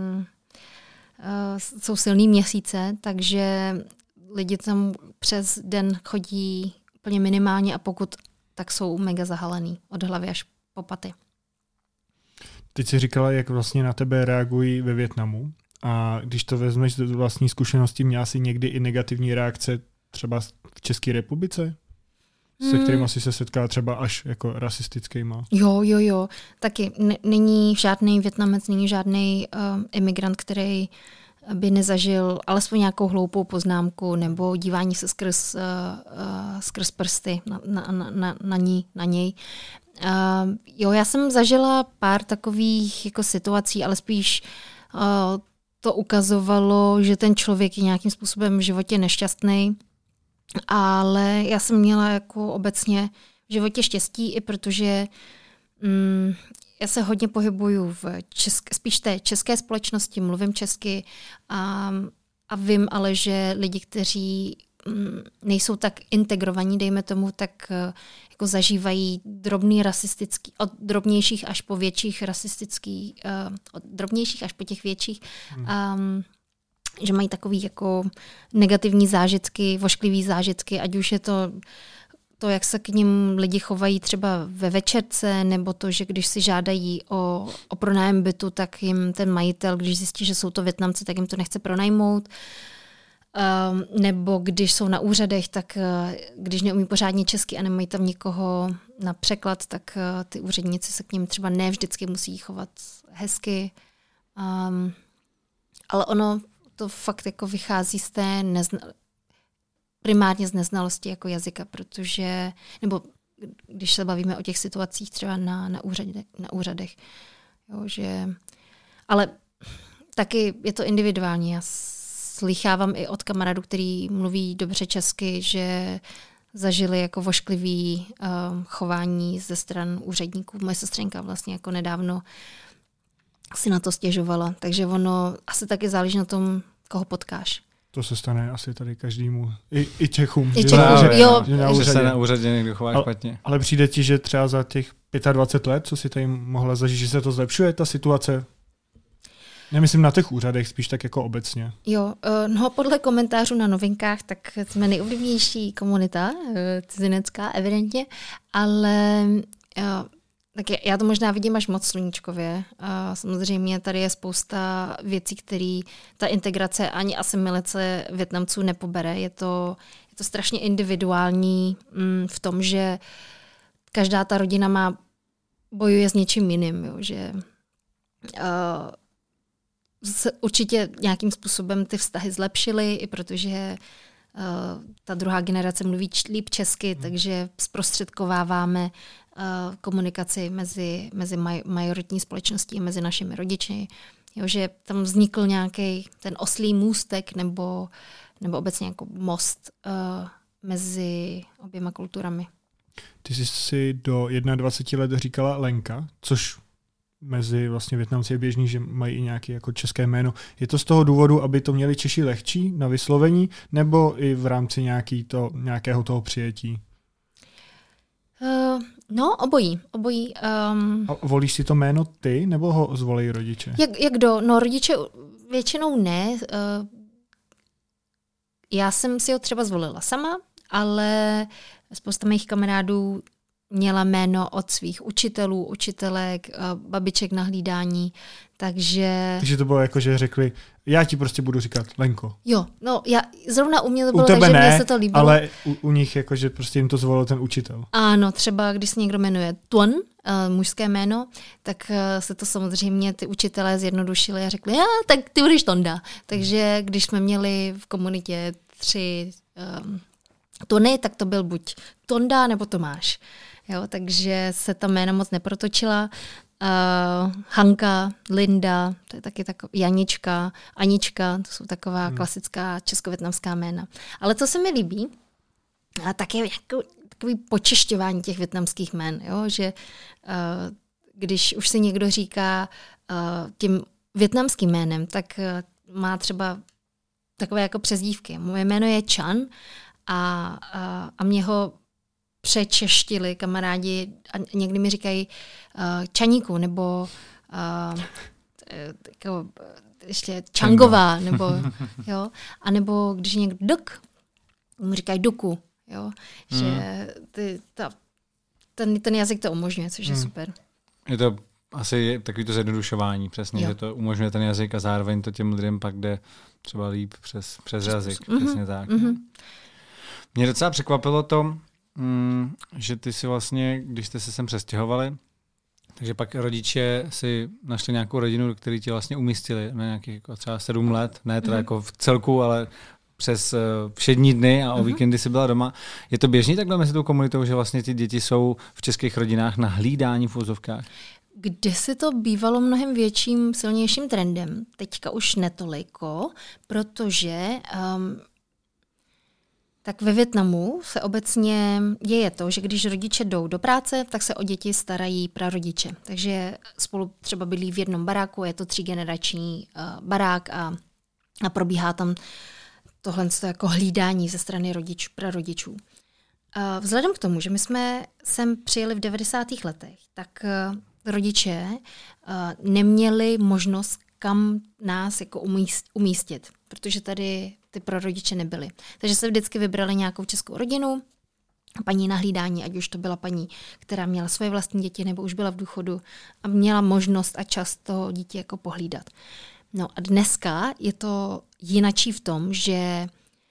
jsou silný měsíce, takže lidi tam přes den chodí úplně minimálně a pokud, tak jsou mega zahalený od hlavy až po paty. Teď jsi říkala, jak vlastně na tebe reagují ve Vietnamu a když to vezmeš do vlastní zkušenosti, měla jsi někdy i negativní reakce třeba v České republice? Se kterým asi se setkala třeba až jako rasistickýma? Jo. Taky není žádný Vietnamec, není žádný imigrant, který by nezažil alespoň nějakou hloupou poznámku nebo dívání se skrz prsty na něj. Já jsem zažila pár takových jako situací, ale spíš to ukazovalo, že ten člověk je nějakým způsobem v životě nešťastný, ale já jsem měla jako obecně v životě štěstí, i protože já se hodně pohybuju v spíš té české společnosti, mluvím česky a vím ale, že lidi, kteří nejsou tak integrovaní, dejme tomu, tak jako zažívají drobný rasistický, od drobnějších až po větších rasistický, od drobnějších až po těch větších, že mají takový jako negativní zážitky, vošklivý zážitky, ať už je to, jak se k nim lidi chovají třeba ve večerce, nebo to, že když si žádají o pronájem bytu, tak jim ten majitel, když zjistí, že jsou to Vietnamci, tak jim to nechce pronajmout. Nebo když jsou na úřadech, tak když neumí pořádně česky a nemají tam nikoho na překlad, tak ty úředníci se k ním třeba ne vždycky musí chovat hezky. Ale ono to fakt jako vychází z té primárně z neznalosti jako jazyka, protože, nebo když se bavíme o těch situacích třeba na úřadech. Jo, ale taky je to individuální. Já slýchávám i od kamarádů, který mluví dobře česky, že zažili jako vošklivý chování ze stran úředníků. Moje sestřenka vlastně jako nedávno si na to stěžovala, takže ono asi taky záleží na tom, koho potkáš. To se stane asi tady každému, i Čechům. I Čechům, jo. Že se na úřadě někdo chová špatně. Ale přijde ti, že třeba za těch 25 let, co si tady mohla zažít, že se to zlepšuje, ta situace? Nemyslím na těch úřadech, spíš tak jako obecně. Jo, no podle komentářů na Novinkách, tak jsme nejovlivnější komunita, cizinecká evidentně, ale tak já to možná vidím až moc sluníčkově. A samozřejmě tady je spousta věcí, které ta integrace ani asimilace Vietnamců nepobere. Je to strašně individuální v tom, že každá ta rodina bojuje s něčím jiným. Jo, že se určitě nějakým způsobem ty vztahy zlepšily, i protože ta druhá generace mluví líp česky, takže zprostředkováváme komunikaci mezi majoritní společností a mezi našimi rodiči. Jo, že tam vznikl nějaký ten oslý můstek nebo obecně jako most mezi oběma kulturami. Ty jsi si do 21 let říkala Lenka, což mezi vlastně Vietnamci je běžný, že mají i nějaké jako české jméno. Je to z toho důvodu, aby to měli Češi lehčí na vyslovení, nebo i v rámci nějakého toho přijetí? No, obojí. A volíš si to jméno ty, nebo ho zvolí rodiče? Jak kdo? No, rodiče většinou ne. Já jsem si ho třeba zvolila sama, ale spousta mých kamarádů měla jméno od svých učitelů, učitelek, babiček na hlídání, takže to bylo jako, že řekli, já ti prostě budu říkat Lenko. Jo, no zrovna u mě to bylo tak, že mně se to líbilo. Ale u nich jako, že prostě jim to zvolil ten učitel. Ano, třeba když se někdo jmenuje Tuan, mužské jméno, tak se to samozřejmě ty učitelé zjednodušili a řekli, tak ty budeš Tonda. Takže když jsme měli v komunitě 3 Tony, tak to byl buď Tonda nebo Tomáš. Jo, takže se ta jména moc neprotočila. Hanka, Linda, to je taky taková Janička, Anička, to jsou taková klasická českovětnamská jména. Ale co se mi líbí, tak je jako takový počešťování těch vietnamských jmén, jo, že když už si někdo říká tím vietnamským jménem, tak má třeba takové jako přezdívky. Moje jméno je Chan a mě ho přečeštili kamarádi a někdy mi říkají Čaníku nebo jako, ještě Čangová, nebo jo, a nebo když někdo Duk, mu říkají Duku, jo, že ten jazyk to umožňuje, což je super. Je to asi takový to zjednodušování, přesně, že to umožňuje ten jazyk a zároveň to těm lidem pak jde třeba líp přes jazyk, přesně tak. Mě docela překvapilo to, že ty si vlastně, když jste se sem přestěhovali, takže pak rodiče si našli nějakou rodinu, který ti vlastně umístili na nějakých jako třeba 7 let, ne teda jako v celku, ale přes všední dny a o víkendy si byla doma. Je to běžný takhle mezi tou komunitou, že vlastně ty děti jsou v českých rodinách na hlídání v úzovkách? Kdysi to bývalo mnohem větším, silnějším trendem. Teďka už netoliko, protože tak ve Vietnamu se obecně děje to, že když rodiče jdou do práce, tak se o děti starají prarodiče. Takže spolu třeba bydlí v jednom baráku, je to 3generační barák a probíhá tam tohle jako hlídání ze strany prarodičů. Vzhledem k tomu, že my jsme sem přijeli v 90. letech, tak rodiče neměli možnost, kam nás jako umístit, protože tady ty prarodiče nebyly. Takže se vždycky vybrali nějakou českou rodinu, paní na hlídání, ať už to byla paní, která měla svoje vlastní děti nebo už byla v důchodu a měla možnost a čas toho dítě jako pohlídat. No a dneska je to jinačí v tom, že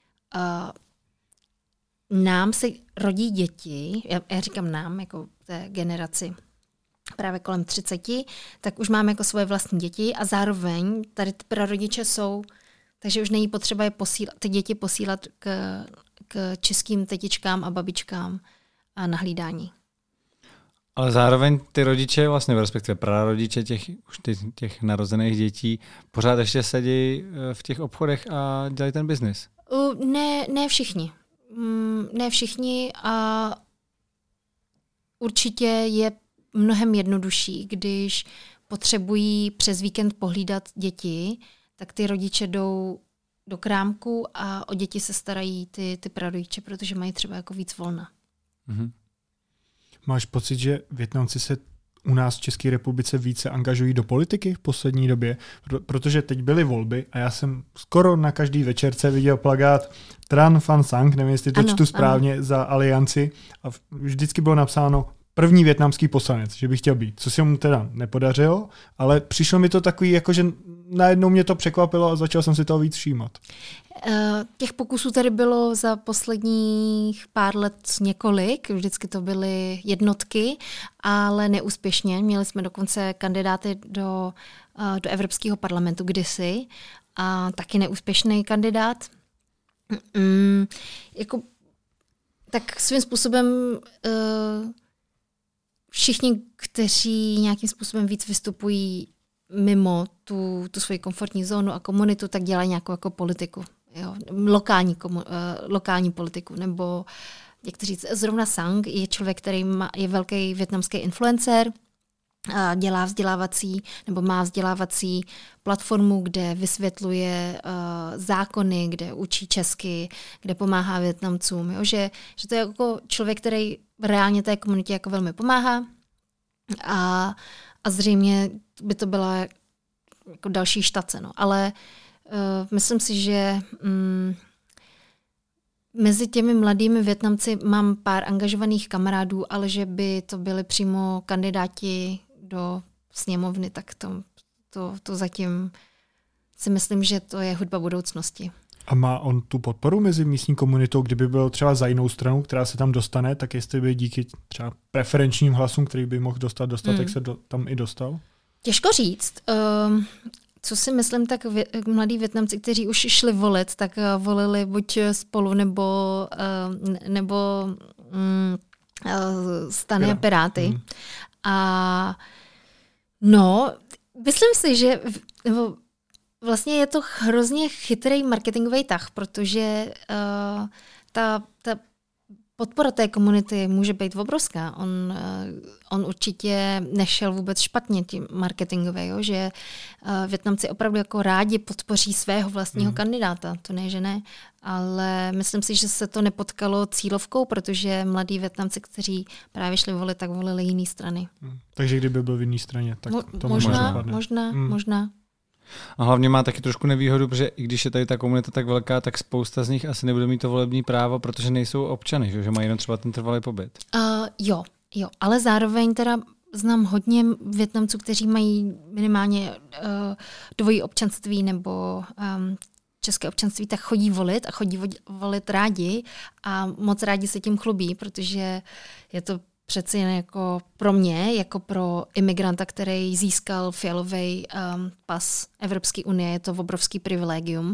nám se rodí děti, já říkám nám, jako té generaci právě kolem 30, tak už máme jako svoje vlastní děti a zároveň tady ty prarodiče jsou, takže už není potřeba ty děti posílat k českým tetičkám a babičkám a na hlídání. Ale zároveň ty rodiče, vlastně respektive prarodiče těch narozených dětí, pořád ještě sedí v těch obchodech a dělají ten biznis? Ne všichni. ne všichni a určitě je mnohem jednodušší, když potřebují přes víkend pohlídat děti, tak ty rodiče jdou do krámku a o děti se starají ty prarodiče, protože mají třeba jako víc volna. Mm-hmm. Máš pocit, že Vietnamci se u nás v České republice více angažují do politiky v poslední době? Protože teď byly volby a já jsem skoro na každý večerce viděl plakát Tran Van Sang, nevím, jestli to čtu správně, za alianci a vždycky bylo napsáno první vietnamský poslanec, že bych chtěl být. Co se mu teda nepodařilo, ale přišlo mi to takový, jakože najednou mě to překvapilo a začal jsem si toho víc všímat. Těch pokusů tady bylo za posledních pár let několik, vždycky to byly jednotky, ale neúspěšně. Měli jsme dokonce kandidáty do Evropského parlamentu kdysi a taky neúspěšný kandidát. Tak svým způsobem všichni, kteří nějakým způsobem víc vystupují mimo tu svoji komfortní zónu a komunitu, tak dělají nějakou jako politiku. Jo? Lokální politiku. Nebo někteří, zrovna Sang je člověk, který je velký vietnamský influencer, dělá vzdělávací nebo má vzdělávací platformu, kde vysvětluje zákony, kde učí česky, kde pomáhá Vietnamcům. Jo? Že to je jako člověk, který reálně té komunitě jako velmi pomáhá a zřejmě by to byla jako další štace. No. Ale myslím si, že mezi těmi mladými Vietnamci mám pár angažovaných kamarádů, ale že by to byli přímo kandidáti do sněmovny, tak to zatím si myslím, že to je hudba budoucnosti. A má on tu podporu mezi místní komunitou, kdyby byl třeba za jinou stranu, která se tam dostane, tak jestli by díky třeba preferenčním hlasům, který by mohl dostat dostatek, se tam i dostal? Těžko říct. Co si myslím, tak mladí Vietnamci, kteří už šli volit, tak volili buď Spolu nebo Stany a Piráty. A myslím si, že vlastně je to hrozně chytrý marketingový tah, protože ta podpora té komunity může být obrovská. On určitě nešel vůbec špatně tím marketingově, jo? Že Vietnamci opravdu jako rádi podpoří svého vlastního kandidáta. To ne, že ne, ale myslím si, že se to nepotkalo cílovkou, protože mladí Vietnamci, kteří právě šli volit, tak volili jiné strany. Takže kdyby byl v jiné straně, tak to možná. A hlavně má taky trošku nevýhodu, protože i když je tady ta komunita tak velká, tak spousta z nich asi nebude mít to volební právo, protože nejsou občany, že mají jenom třeba ten trvalý pobyt. Jo, ale zároveň teda znám hodně Vietnamců, kteří mají minimálně dvojí občanství nebo české občanství, tak chodí volit a chodí volit rádi a moc rádi se tím chlubí, protože je to přeci jen jako pro mě, jako pro imigranta, který získal fialový pas Evropské unie, je to obrovský privilegium.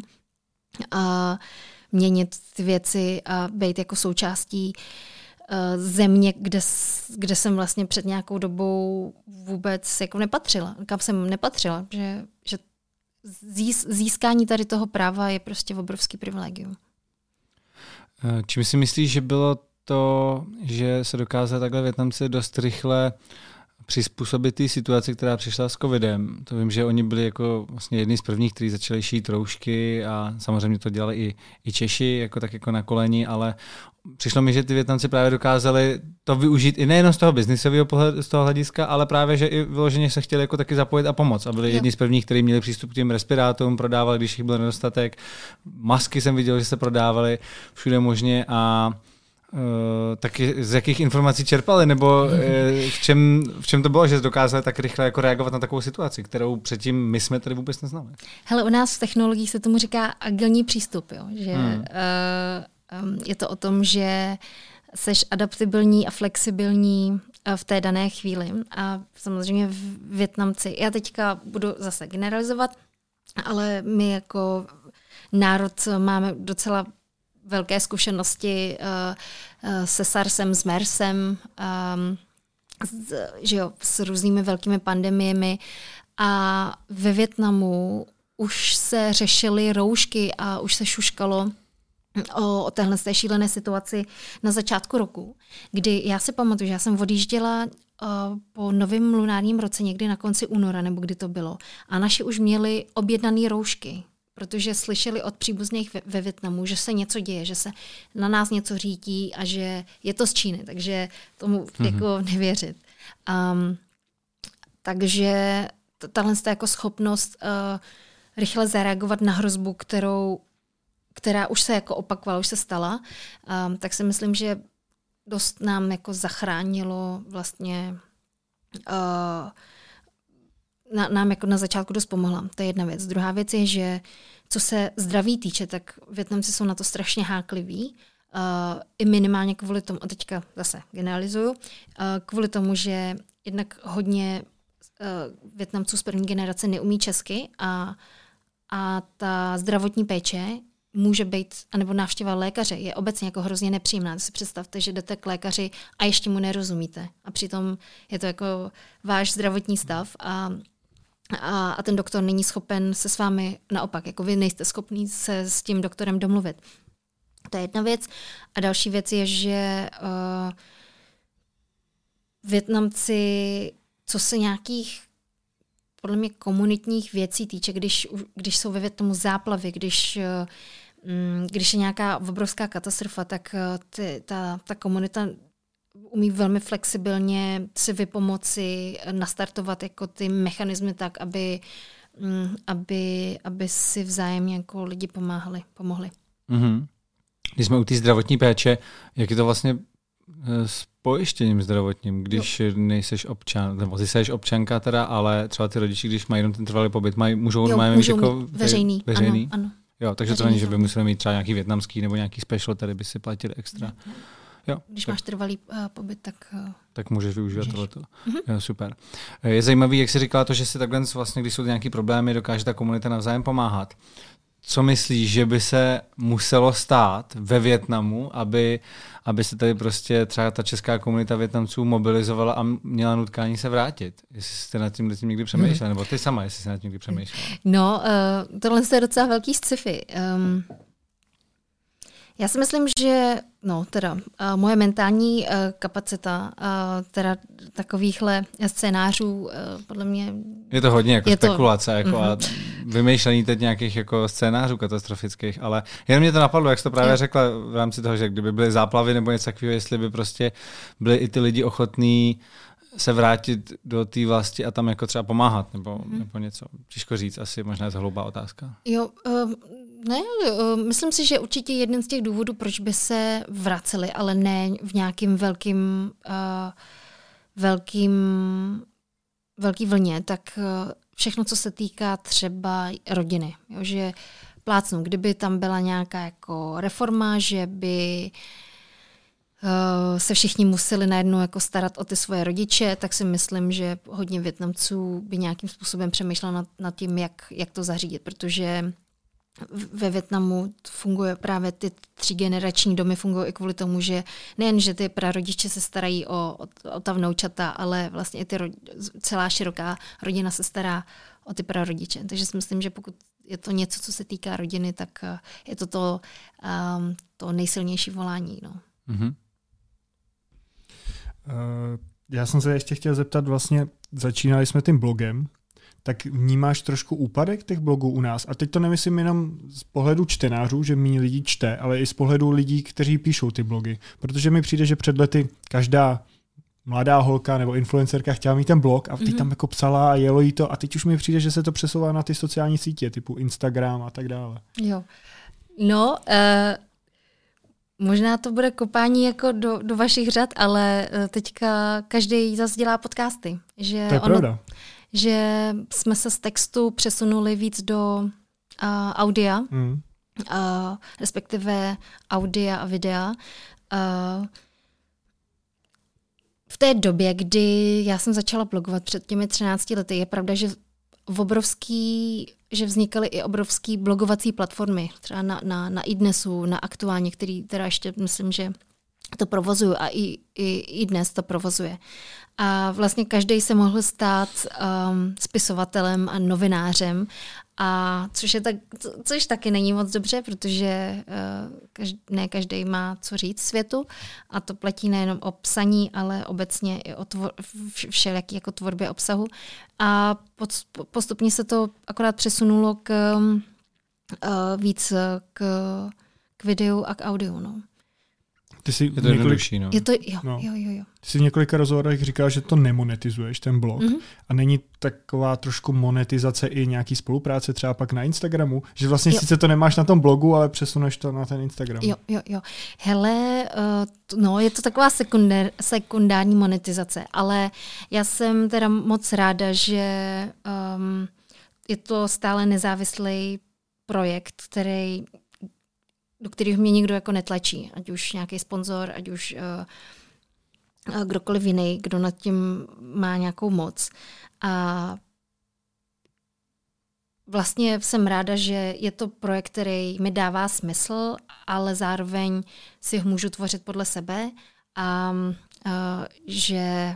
Měnit ty věci a být jako součástí země, kde jsem vlastně před nějakou dobou vůbec jako nepatřila. Kam jsem nepatřila, že získání tady toho práva je prostě obrovský privilegium. Čím si myslíš, že bylo to, že se dokázali takhle Vietnamci dost rychle přizpůsobit té situaci, která přišla s covidem. To vím, že oni byli jako vlastně jedni z prvních, kteří začali šít roušky a samozřejmě to dělali i Češi, jako na koleni, ale přišlo mi, že ty Vietnamci právě dokázali to využít i nejen z toho biznisového pohledu, z toho hlediska, ale právě, že i vyloženě se chtěli jako taky zapojit a pomoct. A byli jedni z prvních, kteří měli přístup k těm respirátorům, prodávali, když jich byl nedostatek. Masky jsem viděl, že se prodávaly všude možně a taky z jakých informací čerpali, nebo v čem to bylo, že dokázali tak rychle jako reagovat na takovou situaci, kterou předtím my jsme tady vůbec neznali? Hele, u nás v technologiích se tomu říká agilní přístup, jo? Že je to o tom, že seš adaptibilní a flexibilní v té dané chvíli. A samozřejmě Vietnamci, já teďka budu zase generalizovat, ale my jako národ máme docela velké zkušenosti se SARSem, s MERSem, s různými velkými pandemiemi. A ve Vietnamu už se řešily roušky a už se šuškalo o téhle šílené situaci na začátku roku, kdy já si pamatuju, že já jsem odjížděla po novém lunárním roce někdy na konci února, nebo kdy to bylo. A naši už měli objednané roušky, protože slyšeli od příbuzných ve Vietnamu, že se něco děje, že se na nás něco řítí a že je to z Číny, takže tomu jako nevěřit. Takže tahle jako schopnost rychle zareagovat na hrozbu, která už se jako opakovala, už se stala, tak si myslím, že dost nám jako zachránilo vlastně nám jako na začátku dost pomohla. To je jedna věc. Druhá věc je, že co se zdraví týče, tak Vietnamci jsou na to strašně hákliví. I minimálně kvůli tomu, a teďka zase generalizuju, kvůli tomu, že jednak hodně Vietnamců z první generace neumí česky a ta zdravotní péče může být, anebo návštěva lékaře je obecně jako hrozně nepříjemná. Si představte, že jdete k lékaři a ještě mu nerozumíte. A přitom je to jako váš zdravotní stav a ten doktor není schopen se s vámi naopak. Jako vy nejste schopný se s tím doktorem domluvit. To je jedna věc. A další věc je, že Vietnamci, co se nějakých podle mě komunitních věcí týče, když jsou ve Vietnamu záplavy, když je nějaká obrovská katastrofa, tak ta komunita umí velmi flexibilně si vypomoci, nastartovat jako ty mechanismy tak, aby si vzájemně jako lidi pomohli. Mm-hmm. Když jsme u té zdravotní péče, jak je to vlastně s pojištěním zdravotním, když nejseš občan, nebo ty seš občanka teda, ale třeba ty rodiči, když mají jenom ten trvalý pobyt, můžou mít jako veřejný. Ano. Jo, takže to není, že by museli mít třeba nějaký vietnamský nebo nějaký special, tady by si platili extra. Jo, když máš trvalý pobyt, tak můžeš využívat tohleto. Jo, super. Je zajímavý, jak jsi říkala to, že si takhle vlastně, když jsou nějaký problémy, dokáže ta komunita navzájem pomáhat. Co myslíš, že by se muselo stát ve Vietnamu, aby se tady prostě třeba ta česká komunita Vietnamců mobilizovala a měla nutkání se vrátit? Jestli jste nad tím někdy přemýšlela, nebo ty sama, jestli jsi nad tím někdy přemýšlela? No, tohle je docela velký sci-fi. Já si myslím, že moje mentální kapacita teda takovýchhle scénářů podle mě... Je to hodně jako spekulace a vymýšlení teď nějakých jako scénářů katastrofických, ale jen mě to napadlo, jak jsi to právě řekla v rámci toho, že kdyby byly záplavy nebo něco takového, jestli by prostě byli i ty lidi ochotní se vrátit do té vlasti a tam jako třeba pomáhat nebo něco. Těžko říct, asi možná je to hloupá otázka. Jo, myslím si, že určitě jeden z těch důvodů, proč by se vraceli, ale ne v nějakým velký vlně, tak všechno, co se týká třeba rodiny. Jo, že plácnu, kdyby tam byla nějaká jako reforma, že by se všichni museli najednou jako starat o ty svoje rodiče, tak si myslím, že hodně Vietnamců by nějakým způsobem přemýšlelo nad tím, jak to zařídit, protože ve Vietnamu funguje právě ty 3generační domy, fungují i kvůli tomu, že nejen, že ty prarodiče se starají o ta vnoučata, ale vlastně i celá široká rodina se stará o ty prarodiče. Takže si myslím, že pokud je to něco, co se týká rodiny, tak je to nejsilnější volání. No. Mm-hmm. Já jsem se ještě chtěl zeptat, vlastně začínali jsme tím blogem, tak vnímáš trošku úpadek těch blogů u nás? A teď to nemyslím jenom z pohledu čtenářů, že méně lidí čte, ale i z pohledu lidí, kteří píšou ty blogy. Protože mi přijde, že před lety každá mladá holka nebo influencerka chtěla mít ten blog a teď tam jako psala a jelo jí to a teď už mi přijde, že se to přesouvá na ty sociální sítě, typu Instagram a tak dále. Jo. No, možná to bude kopání jako do vašich řad, ale teďka každý zase dělá podcasty. Že to je pravda. Že jsme se z textu přesunuli víc do audia, respektive audia a videa. V té době, kdy já jsem začala blogovat před těmi 13 lety, je pravda, že vznikaly i obrovský blogovací platformy, třeba na iDnesu, na Aktuálně, který teda ještě myslím, že to provozuju a i dnes to provozuje. A vlastně každý se mohl stát spisovatelem a novinářem A což taky není moc dobře, protože ne každý má co říct světu a to platí nejenom o psaní, ale obecně i o všelijaký jako tvorbě obsahu. A postupně se to akorát přesunulo víc k videu a k audiu. No. Je to jednodušší, no. Ty jsi v několika rozhovorech říkal, že to nemonetizuješ, ten blog. A není taková trošku monetizace i nějaký spolupráce třeba pak na Instagramu? Že vlastně sice to nemáš na tom blogu, ale přesuneš to na ten Instagram. Jo. Hele, je to taková sekundární monetizace, ale já jsem teda moc ráda, že je to stále nezávislý projekt, do kterých mě nikdo jako netlačí. Ať už nějaký sponzor, ať už kdokoliv jiný, kdo nad tím má nějakou moc. A vlastně jsem ráda, že je to projekt, který mi dává smysl, ale zároveň si ho můžu tvořit podle sebe a že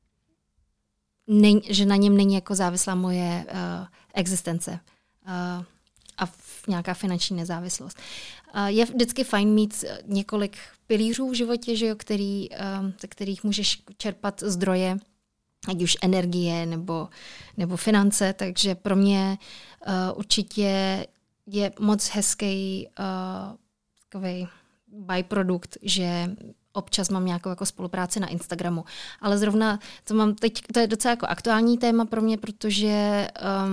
na něm není jako závislá moje existence a nějaká finanční nezávislost. Je vždycky fajn mít několik pilířů v životě, že jo, ze kterých můžeš čerpat zdroje, ať už energie nebo finance, takže pro mě určitě je moc hezký takový byprodukt, že občas mám nějakou jako spolupráci na Instagramu. Ale zrovna to mám teď, to je docela jako aktuální téma pro mě, protože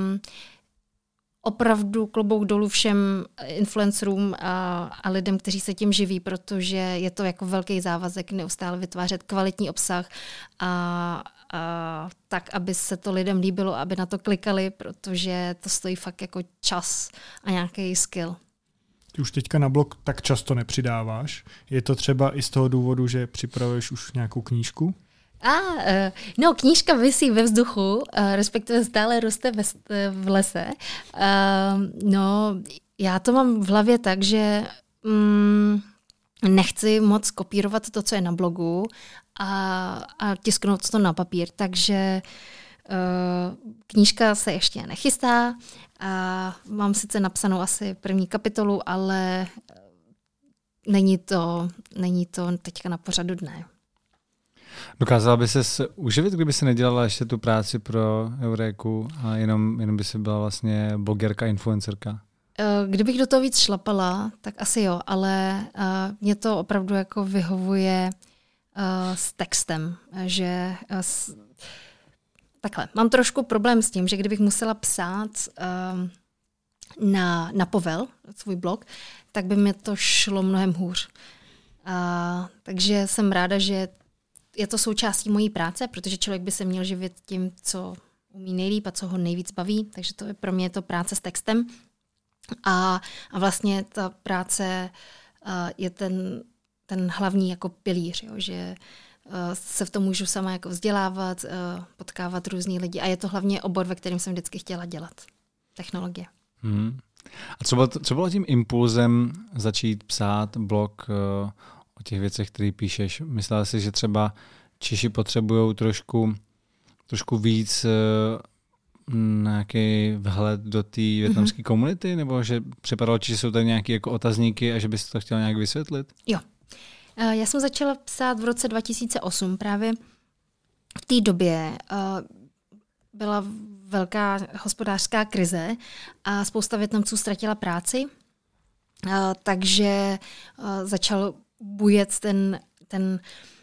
opravdu klobouk dolů všem influencerům a lidem, kteří se tím živí, protože je to jako velký závazek neustále vytvářet kvalitní obsah a tak, aby se to lidem líbilo, aby na to klikali, protože to stojí fakt jako čas a nějaký skill. Ty už teďka na blog tak často nepřidáváš. Je to třeba i z toho důvodu, že připravuješ už nějakou knížku? Knížka visí ve vzduchu, respektive stále roste v lese. Já to mám v hlavě tak, že nechci moc kopírovat to, co je na blogu a tisknout to na papír, takže knížka se ještě nechystá. Mám sice napsanou asi první kapitolu, ale není to teďka na pořadu dne. Dokázala by se uživit, kdyby se nedělala ještě tu práci pro Euréku a jenom by se byla vlastně blogerka, influencerka? Kdybych do toho víc šlapala, tak asi jo, ale mě to opravdu jako vyhovuje s textem, že takhle, mám trošku problém s tím, že kdybych musela psát na povel, svůj blog, tak by mi to šlo mnohem hůř. Takže jsem ráda, že je to součástí mojí práce, protože člověk by se měl živit tím, co umí nejlíp a co ho nejvíc baví, takže to je pro mě to práce s textem. A vlastně ta práce je ten hlavní jako pilíř, jo, že se v tom můžu sama jako vzdělávat, potkávat různý lidi a je to hlavně obor, ve kterém jsem vždycky chtěla dělat. Technologie. A co bylo tím impulzem začít psát blog o těch věcech, které píšeš? Myslela jsi, že třeba Češi potřebují trošku víc nějaký vhled do té vietnamské komunity, nebo že připadalo, že jsou tady nějaké jako otazníky a že bys to chtěla nějak vysvětlit? Jo. Já jsem začala psát v roce 2008 právě. V té době byla velká hospodářská krize a spousta Vietnamců ztratila práci, takže začal bujet ten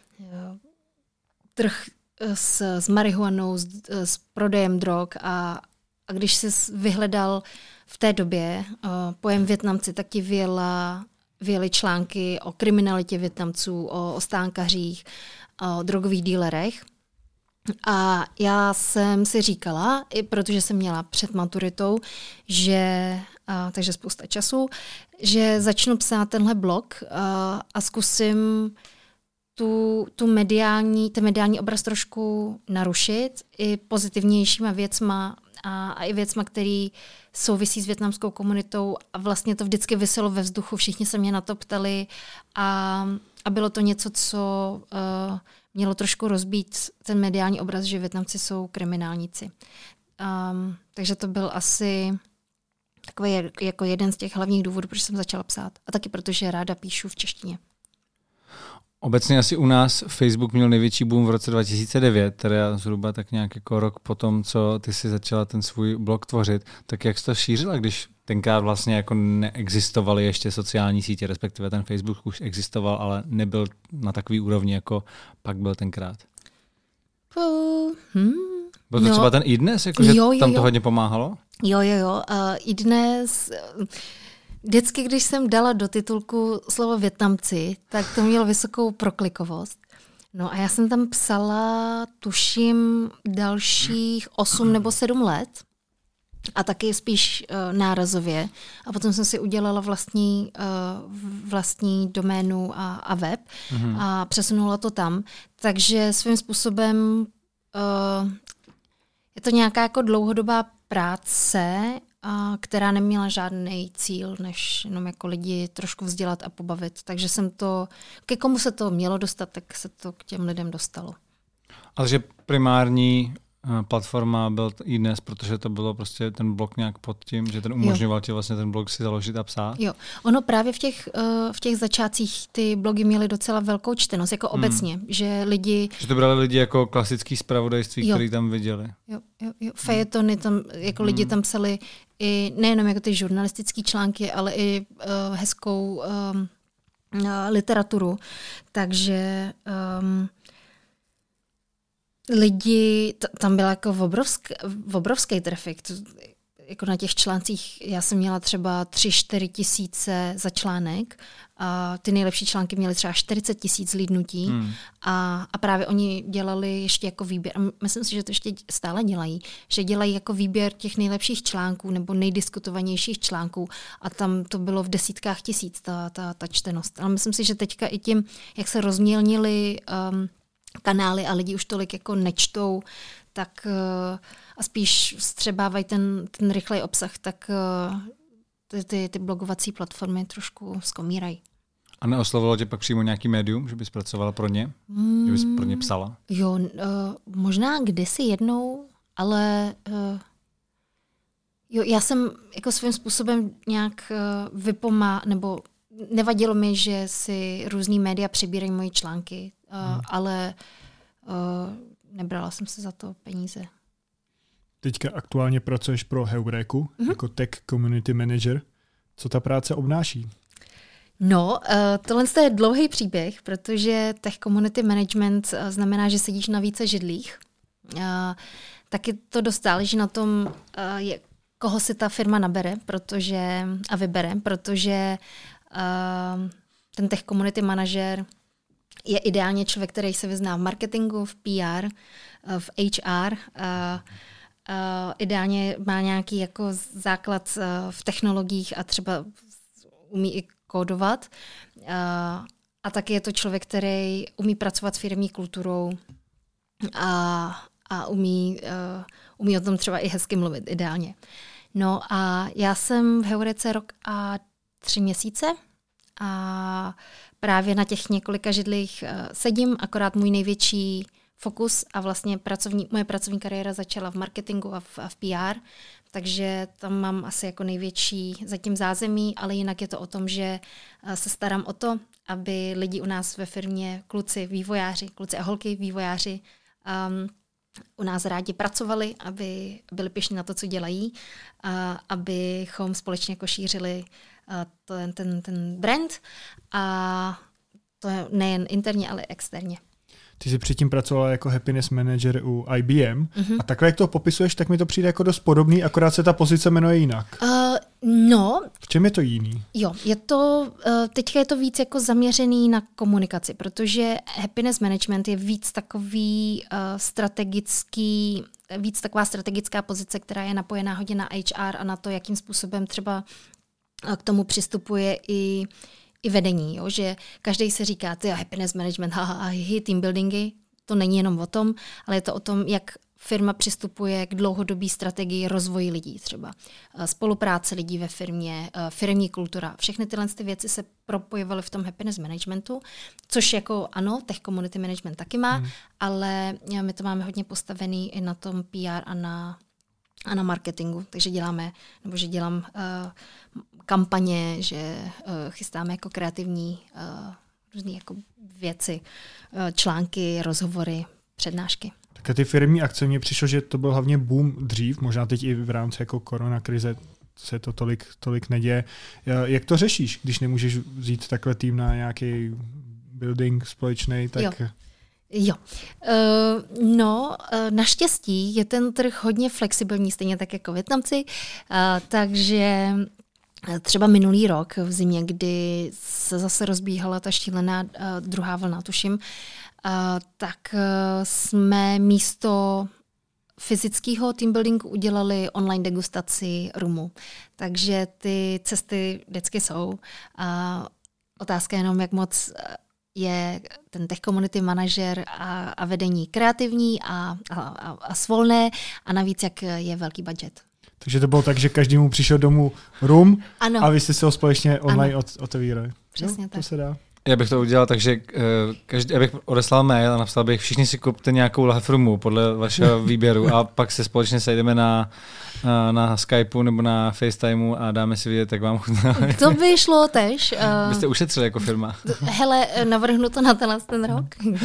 trh s marihuanou, s prodejem drog a když jsi vyhledal v té době pojem Vietnamci, tak ti vyjely články o kriminalitě Vietnamců, o stánkařích, o drogových dílerech. A já jsem si říkala, i protože jsem měla před maturitou, takže spousta času, že začnu psát tenhle blog a zkusím ten mediální obraz trošku narušit i pozitivnějšíma věcma a i věcma, které souvisí s vietnamskou komunitou a vlastně to vždycky viselo ve vzduchu, všichni se mě na to ptali a bylo to něco, co mělo trošku rozbít ten mediální obraz, že Vietnamci jsou kriminálníci. Takže to byl asi takový jako jeden z těch hlavních důvodů, proč jsem začala psát. A taky protože ráda píšu v češtině. Obecně asi u nás Facebook měl největší boom v roce 2009, teda zhruba tak nějak jako rok potom, co ty si začala ten svůj blog tvořit. Tak jak jsi to šířila, když tenkrát vlastně jako neexistovaly ještě sociální sítě, respektive ten Facebook už existoval, ale nebyl na takový úrovni, jako pak byl tenkrát? Byl to třeba ten iDnes, jakože tam to hodně pomáhalo? Jo. iDnes... Vždycky, když jsem dala do titulku slovo Vietnamci, tak to mělo vysokou proklikovost. No a já jsem tam psala, tuším, dalších 8 nebo 7 let. A taky spíš nárazově. A potom jsem si udělala vlastní doménu a web a přesunula to tam. Takže svým způsobem je to nějaká jako dlouhodobá práce, která neměla žádný cíl, než jenom jako lidi trošku vzdělat a pobavit. Takže jsem to, ke komu se to mělo dostat, tak se to k těm lidem dostalo. Ale že primární platforma byl iDnes, protože to bylo prostě ten blog nějak pod tím, že ten umožňoval ti vlastně ten blog si založit a psát? Jo, ono právě v těch začátcích ty blogy měly docela velkou čtenost, jako obecně, že lidi... Že to brali lidi jako klasický zpravodajství, který tam viděli. Jo. Fejetony tam, jako lidi tam psali i nejenom jako ty žurnalistické články, ale i hezkou literaturu. Takže... lidi, tam byl jako obrovský trafik. Jako na těch článcích já jsem měla třeba 3-4 tisíce za článek a ty nejlepší články měly třeba 40 tisíc zhlídnutí a právě oni dělali ještě jako výběr, a myslím si, že to ještě stále dělají, že dělají jako výběr těch nejlepších článků nebo nejdiskutovanějších článků a tam to bylo v desítkách tisíc ta čtenost. Ale myslím si, že teďka i tím, jak se rozmělnily kanály a lidi už tolik jako nečtou, tak a spíš vstřebávají ten rychlej obsah, tak ty blogovací platformy trošku zkomírají. A neoslovilo tě pak přímo nějaký médium, že bys pracovala pro ně? Že bys pro ně psala? Jo, možná kdysi jednou, ale já jsem jako svým způsobem nějak nebo nevadilo mi, že si různý média přebírají moje články, ale nebrala jsem se za to peníze. Teďka aktuálně pracuješ pro Heuréku jako Tech Community Manager. Co ta práce obnáší? No, tohle je dlouhý příběh, protože Tech Community Management znamená, že sedíš na více židlích. Taky to dost záleží na tom, koho si ta firma nabere a vybere, protože ten Tech Community Manager je ideálně člověk, který se vyzná v marketingu, v PR, v HR. Ideálně má nějaký jako základ v technologiích a třeba umí i kódovat. A taky je to člověk, který umí pracovat s firemní kulturou a umí o tom třeba i hezky mluvit, ideálně. No a já jsem v Heurece rok a 3 měsíce a právě na těch několika židlích sedím, akorát můj největší fokus a vlastně moje pracovní kariéra začala v marketingu a v PR, takže tam mám asi jako největší zatím zázemí, ale jinak je to o tom, že se starám o to, aby lidi u nás ve firmě, kluci a holky vývojáři, u nás rádi pracovali, aby byli pyšní na to, co dělají, abychom společně jako šířili ten brand a to nejen interně, ale i externě. Ty jsi předtím pracovala jako happiness manager u IBM a takhle, jak to popisuješ, tak mi to přijde jako dost podobný, akorát se ta pozice jmenuje jinak. V čem je to jiný? Jo, teďka je to víc jako zaměřený na komunikaci, protože happiness management je víc takový víc taková strategická pozice, která je napojená hodně na HR a na to, jakým způsobem třeba k tomu přistupuje i vedení, jo? Že každý se říká, happiness management, team buildingy, to není jenom o tom, ale je to o tom, jak firma přistupuje k dlouhodobé strategii rozvoji lidí třeba. Spolupráce lidí ve firmě, firemní kultura. Všechny tyhle věci se propojovaly v tom happiness managementu, což jako ano, Tech Community Management taky má, ale my to máme hodně postavený i na tom PR a a na marketingu. Takže dělám kampaně, že chystáme jako kreativní různé jako věci, články, rozhovory, přednášky. Tak a ty firmní akce, mně přišlo, že to byl hlavně boom dřív, možná teď i v rámci jako koronakrize se to tolik neděje. Jak to řešíš, když nemůžeš vzít takhle tým na nějaký building společný? Tak... Jo. Naštěstí je ten trh hodně flexibilní, stejně tak jako Vietnamci, takže třeba minulý rok v zimě, kdy se zase rozbíhala ta šílená druhá vlna, tuším, tak jsme místo fyzického teambuildingu udělali online degustaci rumu. Takže ty cesty vždycky jsou. Otázka je jenom, jak moc je ten tech community manažer a vedení kreativní a svolné a navíc, jak je velký budget. Takže to bylo tak, že každému přišel domů rum ano. A vy jste se ho společně online otevírali. Přesně tak. To se dá. Já bych to udělal tak, že já bych odeslal mail a napsal bych, všichni si kupte nějakou lahev rumu podle vašeho výběru a pak se společně sejdeme na Skypeu nebo na FaceTimeu a dáme si vidět, jak vám chutná. To by šlo tež. Byste ušetřili jako firma. Hele, navrhnu to na ten rok.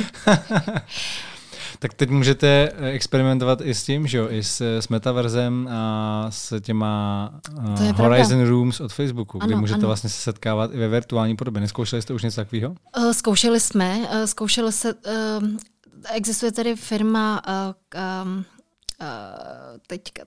Tak teď můžete experimentovat i s tím, že jo, i s metaverzem a s těma Horizon Rooms od Facebooku, kde můžete vlastně se setkávat i ve virtuální podobě. Neskoušeli jste už něco takového? Zkoušeli jsme. Existuje tady firma teďka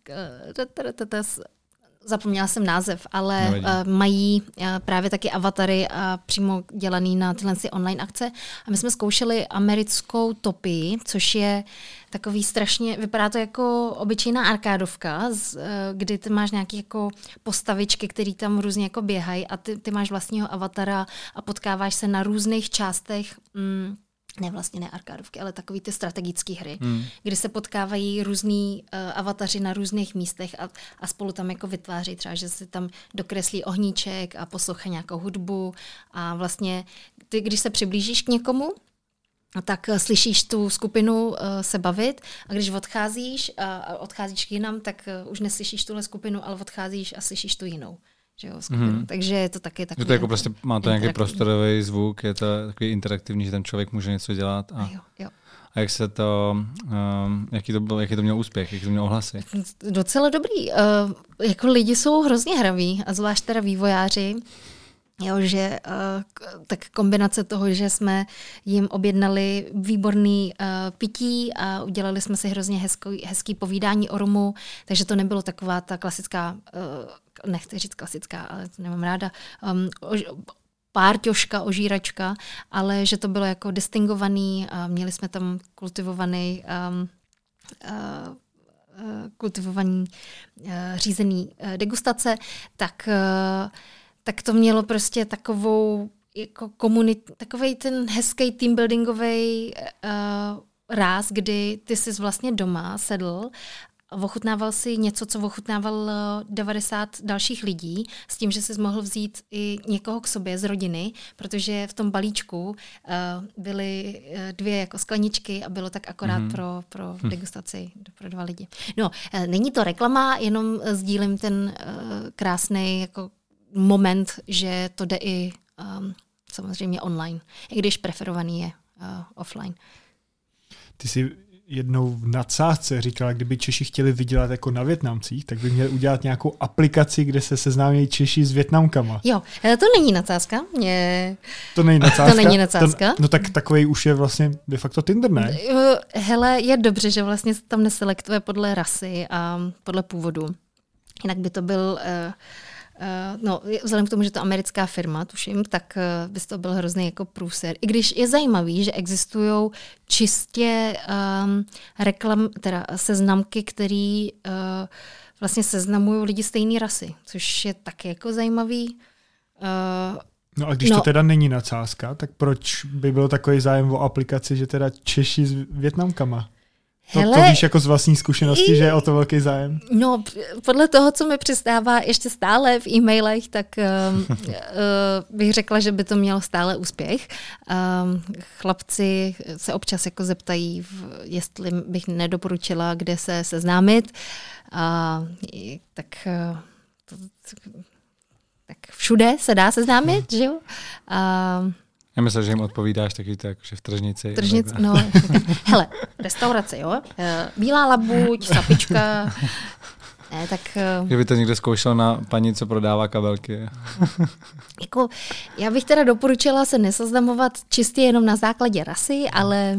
zapomněla jsem název, ale mají právě taky avatary přímo dělaný na tyhle online akce. A my jsme zkoušeli americkou Topii, což je takový strašně, vypadá to jako obyčejná arkádovka, kdy ty máš nějaké jako postavičky, které tam různě jako běhají a ty máš vlastního avatara a potkáváš se na různých částech ne arkádovky, ale takový ty strategické hry, kdy se potkávají různý avataři na různých místech a spolu tam jako vytváří třeba, že si tam dokreslí ohníček a poslouchají nějakou hudbu a vlastně ty, když se přiblížíš k někomu, tak slyšíš tu skupinu se bavit a když odcházíš k jinam, tak už neslyšíš tuhle skupinu, ale odcházíš a slyšíš tu jinou. Že jo, takže je to taky takový. To jako prostě má to nějaký prostorový zvuk, je to takový interaktivní, že ten člověk může něco dělat. Jo. A jak se to, jaký to mělo úspěch, jaký to mělo ohlasy? Docela dobrý. Jako lidi jsou hrozně hraví a zvlášť teda vývojáři. Jo, že tak kombinace toho, že jsme jim objednali výborný pití a udělali jsme si hrozně hezký povídání o rumu, takže to nebylo taková ta klasická, nechci říct klasická, ale to nemám ráda, párťoška, ožíračka, ale že to bylo jako distingovaný, měli jsme tam kultivovaný řízený degustace, tak to mělo prostě takovou jako takovej ten hezký teambuildingový ráz, kdy ty jsi vlastně doma sedl a ochutnával si něco, co ochutnával 90 dalších lidí, s tím, že jsi mohl vzít i někoho k sobě z rodiny, protože v tom balíčku byly 2 jako skleničky a bylo tak akorát pro degustaci pro 2 lidi. No, není to reklama, jenom sdílím ten krásný jako moment, že to jde i samozřejmě online, i když preferovaný je offline. Ty jsi jednou v nadsázce říkala, kdyby Češi chtěli vydělat jako na Vietnamcích, tak by měli udělat nějakou aplikaci, kde se seznámí Češi s Vietnamkama. Jo, to není nadsázka. To není nadsázka? To není nadsázka. No tak takovej už je vlastně de facto Tinder, ne? Hele, je dobře, že vlastně tam neselektuje podle rasy a podle původu. Jinak by to byl... vzhledem k tomu, že to je americká firma, tuším, tak by to byl hrozný jako průser. I když je zajímavý, že existují čistě seznamky, které vlastně seznamují lidi stejné rasy, což je taky jako zajímavý. No a když to teda není nadsázka, tak proč by byl takový zájem o aplikaci, že teda Češi s Vietnamkama? To víš jako z vlastní zkušenosti, že je o to velký zájem? No, podle toho, co mi přistává ještě stále v e-mailech, tak bych řekla, že by to mělo stále úspěch. Chlapci se občas jako zeptají, jestli bych nedoporučila, kde se seznámit. Tak všude se dá seznámit, že jo? Já myslím, že jim odpovídáš taky tak, že v tržnici. No, hele, restaurace, jo? Bílá labuť, sapička. Ne, tak... Kdyby to někdo zkoušel na paní, co prodává kabelky. Jako, já bych teda doporučila se neseznamovat čistě jenom na základě rasy, ale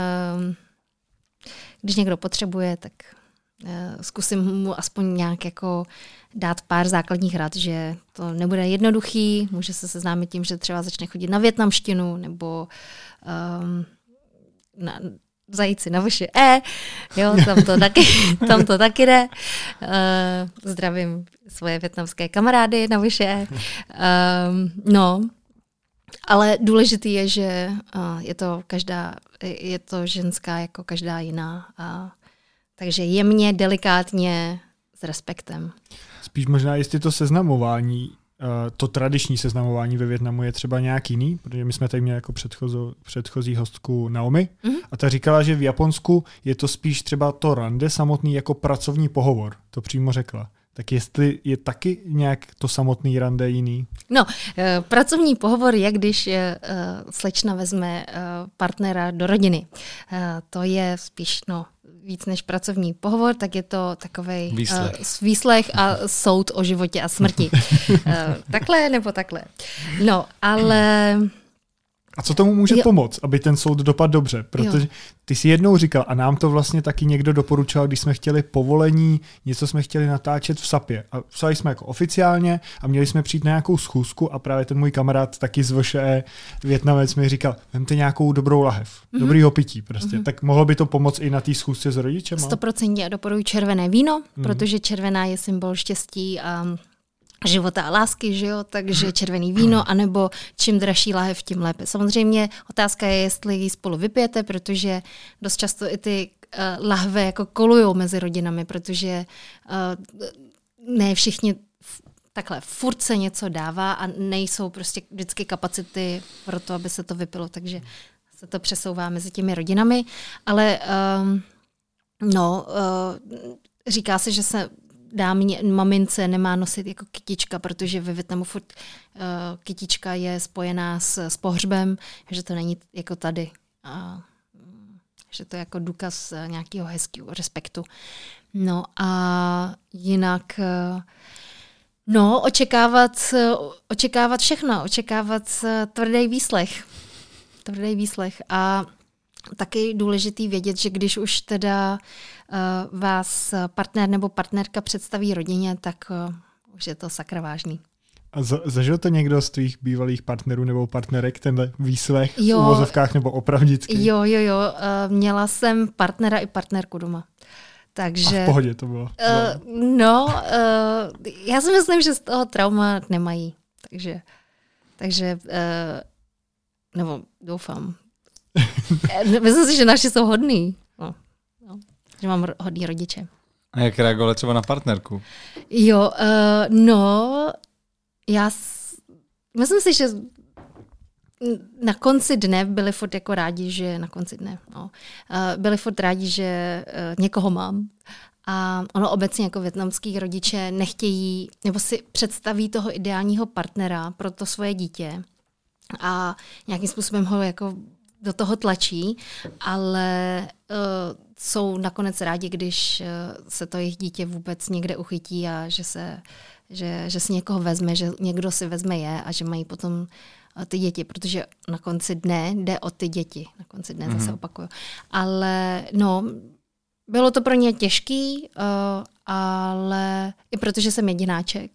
když někdo potřebuje, tak zkusím mu aspoň nějak jako dát pár základních rad, že to nebude jednoduchý, může se seznámit tím, že třeba začne chodit na vietnamštinu nebo zajít si na VŠE, jo, tam to taky jde. Zdravím svoje vietnamské kamarády na VŠE. No, ale důležitý je, že je to ženská jako každá jiná. Takže jemně, delikátně, s respektem. Spíš možná, jestli to seznamování, to tradiční seznamování ve Vietnamu je třeba nějak jiný, protože my jsme tady měli jako předchozí hostku Naomi a ta říkala, že v Japonsku je to spíš třeba to rande samotný jako pracovní pohovor. To přímo řekla. Tak jestli je taky nějak to samotný rande jiný? No, pracovní pohovor je, když slečna vezme partnera do rodiny. To je spíš, víc než pracovní pohovor, tak je to takovej výslech a soud o životě a smrti. Takhle nebo takhle. No, ale... A co tomu může pomoct, aby ten soud dopadl dobře? Protože ty si jednou říkal, a nám to vlastně taky někdo doporučoval, když jsme chtěli povolení, něco jsme chtěli natáčet v Sapě. A psali jsme jako oficiálně a měli jsme přijít na nějakou schůzku a právě ten můj kamarád taky z VŠE, Vietnamec, mi říkal, vemte nějakou dobrou lahev, dobrýho pití prostě. Tak mohlo by to pomoct i na té schůzce s rodičema? 100% já doporučuji červené víno, protože červená je symbol štěstí a života a lásky, že jo, takže červený víno, anebo čím dražší láhev, tím lépe. Samozřejmě otázka je, jestli ji spolu vypijete, protože dost často i ty lahve jako kolujou mezi rodinami, protože ne všichni takhle furt se něco dává a nejsou prostě vždycky kapacity pro to, aby se to vypilo, takže se to přesouvá mezi těmi rodinami, ale říká se, že se mamince nemá nosit jako kytička, protože ve Vietnamu furt kytička je spojená s pohřbem, že to není jako tady. Že to je jako důkaz nějakého hezkého respektu. No a jinak očekávat všechno, očekávat tvrdý výslech a taky důležitý vědět, že když už teda vás partner nebo partnerka představí rodině, tak už je to sakra vážný. A zažil to někdo z tvých bývalých partnerů nebo partnerek, tenhle výslech v uvozovkách nebo opravdicky? Jo. Měla jsem partnera i partnerku doma. Takže, a v pohodě to bylo? Já si myslím, že z toho trauma nemají. Takže nebo doufám. Myslím si, že naši jsou hodný. Že mám hodný rodiče. A jak reagovali třeba na partnerku? Jo, já myslím si, že na konci dne byli furt jako rádi, že byli furt rádi, že někoho mám. A ono obecně jako vietnamský rodiče nechtějí, nebo si představí toho ideálního partnera pro to svoje dítě a nějakým způsobem ho jako do toho tlačí, ale jsou nakonec rádi, když se to jejich dítě vůbec někde uchytí a že si někoho vezme, že někdo si vezme je a že mají potom ty děti, protože na konci dne jde o ty děti. Na konci dne zase opakuju. Ale bylo to pro ně těžký, ale i protože jsem jedináček.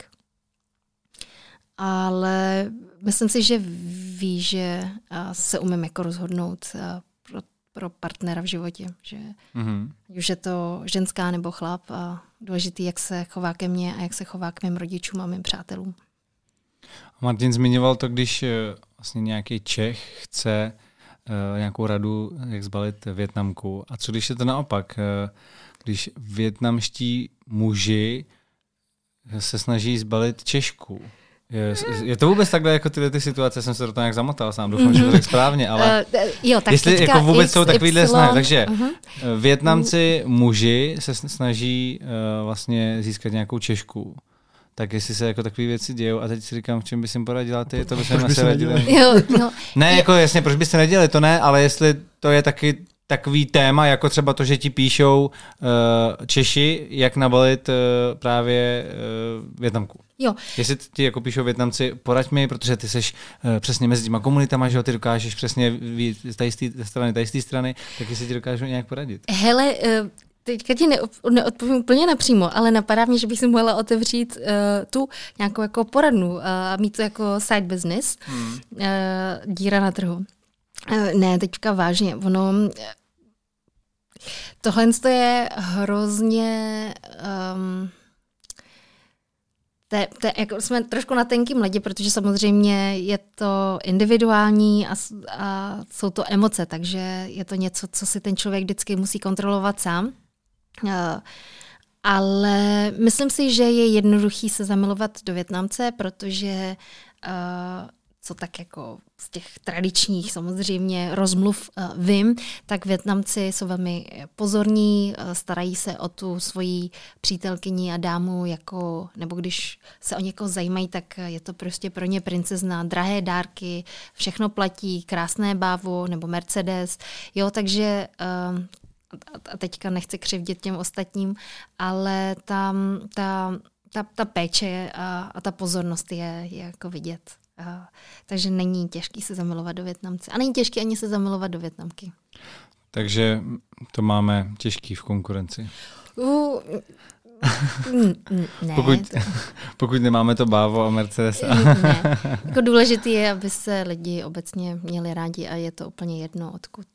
Ale myslím si, že ví, že se umím jako rozhodnout pro partnera v životě. Že už je to ženská nebo chlap a důležitý, jak se chová ke mně a jak se chová k mým rodičům a mým přátelům. Martin zmiňoval to, když vlastně nějaký Čech chce nějakou radu, jak zbalit Vietnamku. A co když je to naopak? Když vietnamští muži se snaží zbalit Češku. Je to vůbec takhle jako ty situace? Jsem se do toho nějak zamotal sám, doufám, že to tak správně, ale jo, tak jestli jako vůbec jsou takovýhle snahy. Takže Vietnamci muži se snaží vlastně získat nějakou Češku. Tak jestli se jako takové věci dějou a teď si říkám, v čem bys jim poradila ty, to bychom asi radili. Jo. Ne, jako jasně, proč byste nedělali, to ne, ale jestli to je taky takový téma, jako třeba to, že ti píšou Češi, jak nabalit právě Vietnamku. Jo. Jestli ti jako píšou Vietnamci, poraď mi, protože ty seš přesně mezi těma komunitama, že ty dokážeš přesně z té strany, tak jestli ti dokážu nějak poradit. Hele, teďka ti neodpovím úplně napřímo, ale napadá mě, že bych si mohla otevřít tu nějakou jako poradnu a mít to jako side business, díra na trhu. Ne, teďka vážně, tohle je hrozně, jako jsme trošku na tenkým ledě, protože samozřejmě je to individuální a jsou to emoce, takže je to něco, co si ten člověk vždycky musí kontrolovat sám. Ale myslím si, že je jednoduchý se zamilovat do Vietnamce, protože co tak jako z těch tradičních samozřejmě rozmluv vím, tak Vietnamci jsou velmi pozorní, starají se o tu svoji přítelkyni a dámu, jako, nebo když se o někoho zajímají, tak je to prostě pro ně princezna, drahé dárky, všechno platí, krásné bávo nebo Mercedes, jo, takže a teďka nechci křivdit těm ostatním, ale tam ta péče a ta pozornost je jako vidět. Takže není těžký se zamilovat do Vietnamce. A není těžký ani se zamilovat do Vietnamky. Takže to máme těžký v konkurenci. Ne. Pokud nemáme to bávo a Mercedes. Ne. Jako důležitý je, aby se lidi obecně měli rádi a je to úplně jedno, odkud.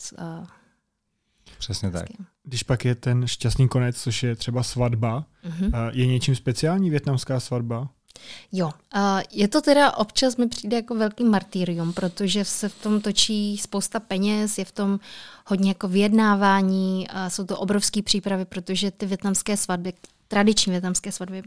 Přesně tak. Když pak je ten šťastný konec, což je třeba svatba, je něčím speciální vietnamská svatba? Jo, je to teda občas mi přijde jako velký martýrium, protože se v tom točí spousta peněz, je v tom hodně jako vyjednávání, jsou to obrovské přípravy, protože ty vietnamské svatby, tradiční vietnamské svatby,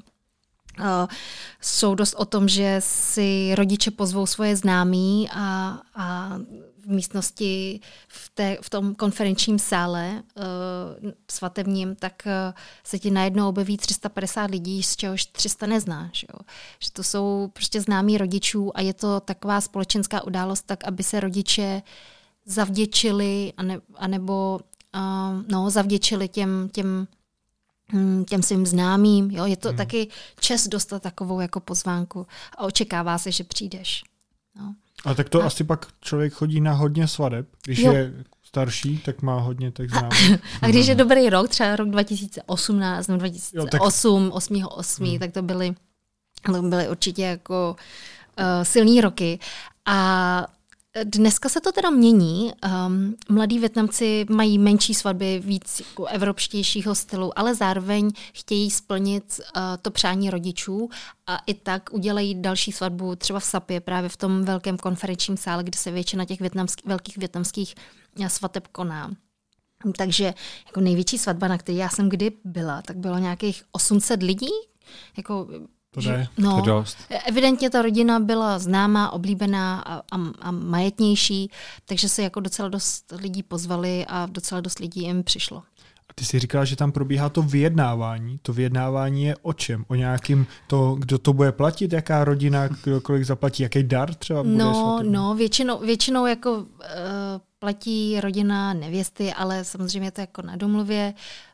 jsou dost o tom, že si rodiče pozvou svoje známí a v místnosti, v tom konferenčním sále svatebním, tak se ti najednou objeví 350 lidí, z čehož 300 neznáš. Jo? Že to jsou prostě známí rodičů a je to taková společenská událost, tak aby se rodiče zavděčili anebo zavděčili těm svým známým. Jo? Je to taky čest dostat takovou jako pozvánku a očekává se, že přijdeš. No. A tak to asi pak člověk chodí na hodně svadeb. Když je starší, tak má hodně tak známých. A když je dobrý rok, třeba rok 2018 nebo 2008, 8.8., tak to byly určitě jako silný roky. A dneska se to teda mění. Mladí Vietnamci mají menší svatby, víc jako evropštějšího stylu, ale zároveň chtějí splnit to přání rodičů a i tak udělají další svatbu třeba v Sapě, právě v tom velkém konferenčním sále, kde se většina těch velkých vietnamských svateb koná. Takže jako největší svatba, na které já jsem kdy byla, tak bylo nějakých 800 lidí. Jako to dost. Evidentně ta rodina byla známá, oblíbená a majetnější, takže se jako docela dost lidí pozvali a docela dost lidí jim přišlo. A ty jsi říkala, že tam probíhá to vyjednávání. To vyjednávání je o čem? O nějakým kdo to bude platit, jaká rodina, kolik zaplatí, jaký dar třeba bude svatební? Většinou jako platí rodina nevěsty, ale samozřejmě to jako na domluvě.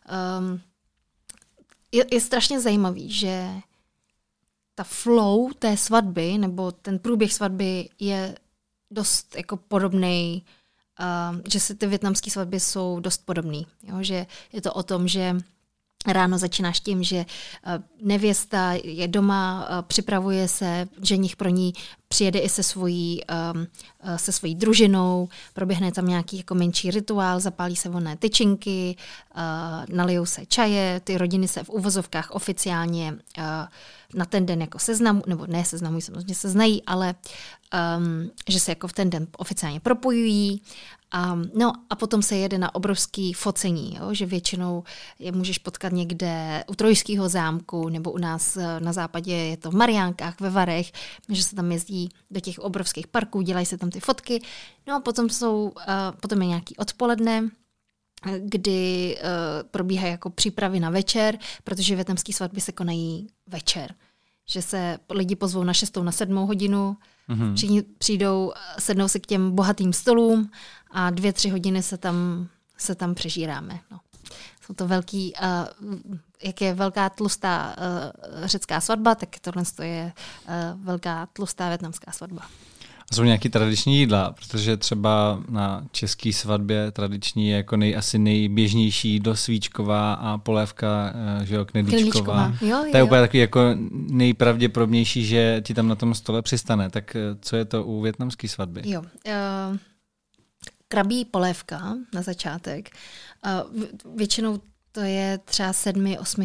Je strašně zajímavý, že ta flow té svatby nebo ten průběh svatby je dost jako podobný, že si ty vietnamské svatby jsou dost podobný. Jo? Že je to o tom, že ráno začínáš tím, že nevěsta je doma, připravuje se, ženich pro ní přijede i se svojí družinou, proběhne tam nějaký jako menší rituál, zapálí se vonné tyčinky, nalijou se čaje, ty rodiny se v uvozovkách oficiálně na ten den jako seznamu, nebo ne seznamují, samozřejmě se znají, ale že se jako v ten den oficiálně propojují. No a potom se jede na obrovský focení, jo? Že většinou je můžeš potkat někde u Trojského zámku, nebo u nás na západě je to v Mariánkách, ve Varech, že se tam jezdí do těch obrovských parků, dělají se tam ty fotky. No a potom je nějaký odpoledne, kdy probíhají jako přípravy na večer, protože vietnamské svatby se konají večer. Že se lidi pozvou na 6. na 7. hodinu, přijdou, sednou si k těm bohatým stolům a 2-3 hodiny se tam přežíráme. No. Jsou to velký, jak je velká tlustá řecká svatba, tak tohle je velká tlustá vietnamská svatba. A jsou nějaký tradiční jídla, protože třeba na české svatbě tradiční je jako asi nejběžnější dosvíčková a polévka, že jo, knedlíčková. Jo. To je úplně takový jako nejpravděpodobnější, že ti tam na tom stole přistane. Tak co je to u vietnamské svatby? Jo. Krabí polévka na začátek. Většinou to je třeba 7-8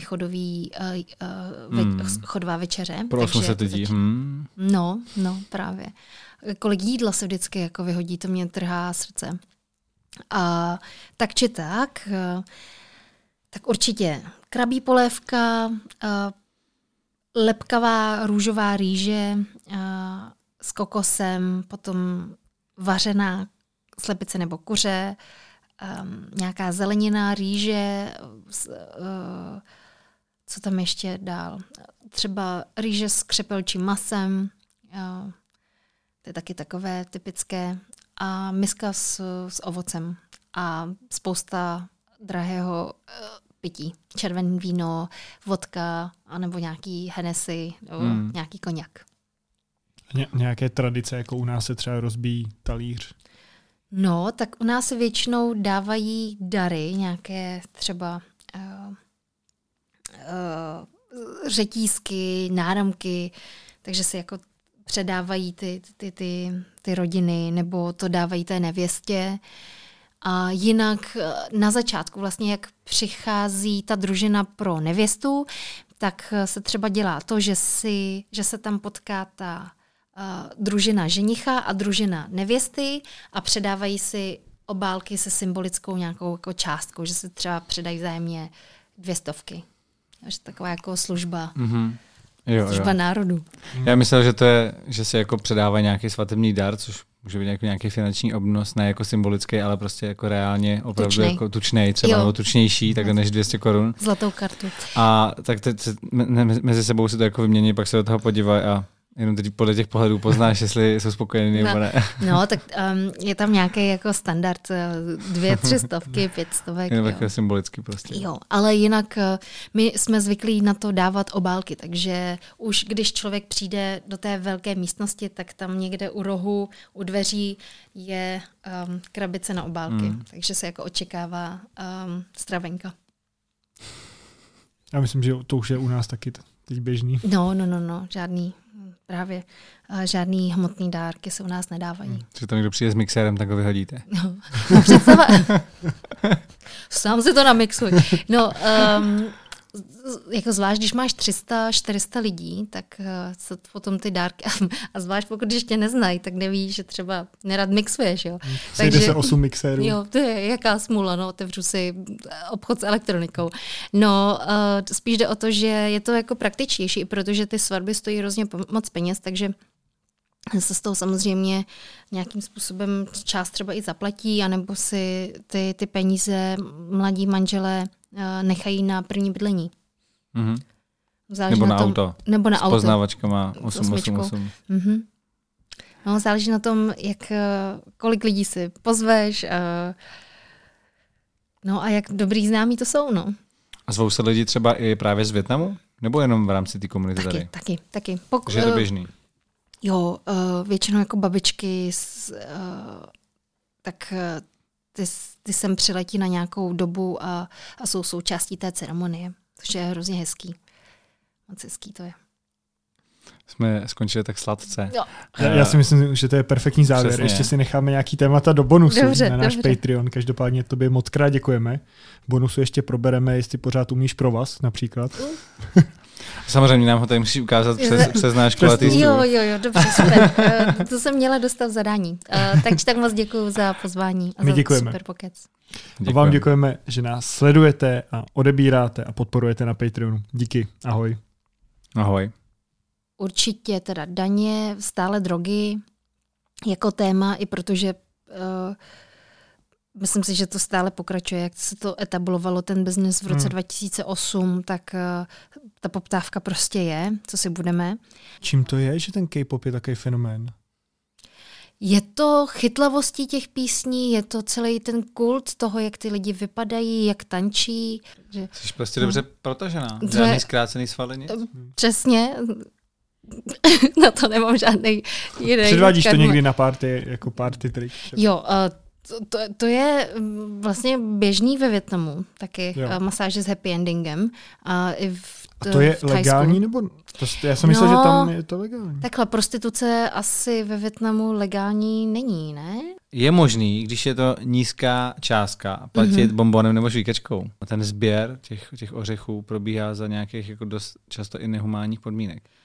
chodová večeře. Pro 800 lidí. No, právě. Kolik jídla se vždycky jako vyhodí, to mě trhá srdce. Tak či tak určitě krabí polévka, lepkavá růžová rýže s kokosem, potom vařená slepice nebo kuře, nějaká zelenina, rýže, co tam ještě dál? Třeba rýže s křepelčím masem, to je taky takové typické, a miska s ovocem a spousta drahého pití. Červené víno, vodka, anebo nějaký Hennessy, nebo nějaký koněk. Nějaké tradice, jako u nás se třeba rozbíjí talíř? No, tak u nás se většinou dávají dary, nějaké třeba řetízky, náramky, takže se jako předávají ty rodiny, nebo to dávají té nevěstě. A jinak na začátku, vlastně jak přichází ta družina pro nevěstu, tak se třeba dělá to, že se tam potká ta družina ženicha a družina nevěsty a předávají si obálky se symbolickou nějakou jako částkou, že se třeba předají vzájemně 200. Takže taková jako služba. Služba národu. Já myslel, že to je, že se jako předává nějaký svatební dar, což může být nějaký finanční obnos, ne jako symbolický, ale prostě jako reálně opravdu jako tučnej, třeba nebo tučnější, takhle než 200 korun. Zlatou kartu. A tak mezi sebou si to jako vymění, pak se do toho podívají a jenom teď podle těch pohledů poznáš, jestli jsou spokojení nebo ne. No, tak je tam nějaký jako standard 200-300, 500. Jenom takové symbolicky prostě. Jo, ale jinak my jsme zvyklí na to dávat obálky, takže už když člověk přijde do té velké místnosti, tak tam někde u rohu, u dveří je krabice na obálky, takže se jako očekává stravenka. Já myslím, že to už je u nás taky teď běžný. No, žádný hmotný dárky se u nás nedávají. Že tam někdo přijde s mixérem, tak ho vyhodíte. No, představa. Sám si to namixuj. No, jako zvlášť, když máš 300-400 lidí, tak se potom ty dárky, a zvlášť pokud když tě neznají, tak neví, že třeba nerad mixuješ. Jo. Sejde se 8 mixérů. Jo, to je jaká smůla, no, otevřu si obchod s elektronikou. No, spíš jde o to, že je to jako praktičtější, protože ty svatby stojí hrozně moc peněz, takže se z toho samozřejmě nějakým způsobem část třeba i zaplatí, anebo si ty peníze mladí manželé nechají na první bydlení. Nebo na auto. Nebo na s auto. poznávačkama 888. No, záleží na tom, kolik lidí si pozveš no a jak dobrý známí to jsou. No. A zvou se lidi třeba i právě z Vietnamu? Nebo jenom v rámci té komunity tady? Taky. Takže je to běžný. Jo, většinou jako babičky, tak ty sem přiletí na nějakou dobu a jsou součástí té ceremonie, což je hrozně hezký. Moc hezký to je. Jsme skončili tak sladce. Jo. Já si myslím, že to je perfektní závěr. Přesně. Ještě si necháme nějaký témata do bonusu na náš dobře. Patreon. Každopádně tobě moc krát děkujeme. V bonusu ještě probereme, jestli pořád umíš pro vás například. Samozřejmě nám ho tady musíš ukázat přes náš kulatý stůl. Jo, dobře, super. To jsem měla dostat v zadání. Takže tak moc děkuju za pozvání a za super pokec. A vám děkujeme, že nás sledujete a odebíráte a podporujete na Patreonu. Díky, ahoj. Ahoj. Určitě teda daně, stále drogy jako téma, i protože myslím si, že to stále pokračuje. Jak se to etablovalo, ten biznis v roce 2008, tak ta poptávka prostě je, co si budeme. Čím to je, že ten K-pop je takový fenomén? Je to chytlavostí těch písní, je to celý ten kult toho, jak ty lidi vypadají, jak tančí. Jsi prostě dobře protažená. Žádný zkrácený svaly, nic? Přesně. Na to nemám žádný jiný. Předvádíš to někdy na party, jako party trick? Jo, to je vlastně běžný ve Vietnamu, taky masáže s happy endingem. A to je legální, nebo? Já jsem myslel, že tam je to legální. Takhle, prostituce asi ve Vietnamu legální není, ne? Je možný, když je to nízká částka, platit bombonem nebo žvíkačkou. A ten sběr těch ořechů probíhá za nějakých jako dost často i nehumánních podmínek.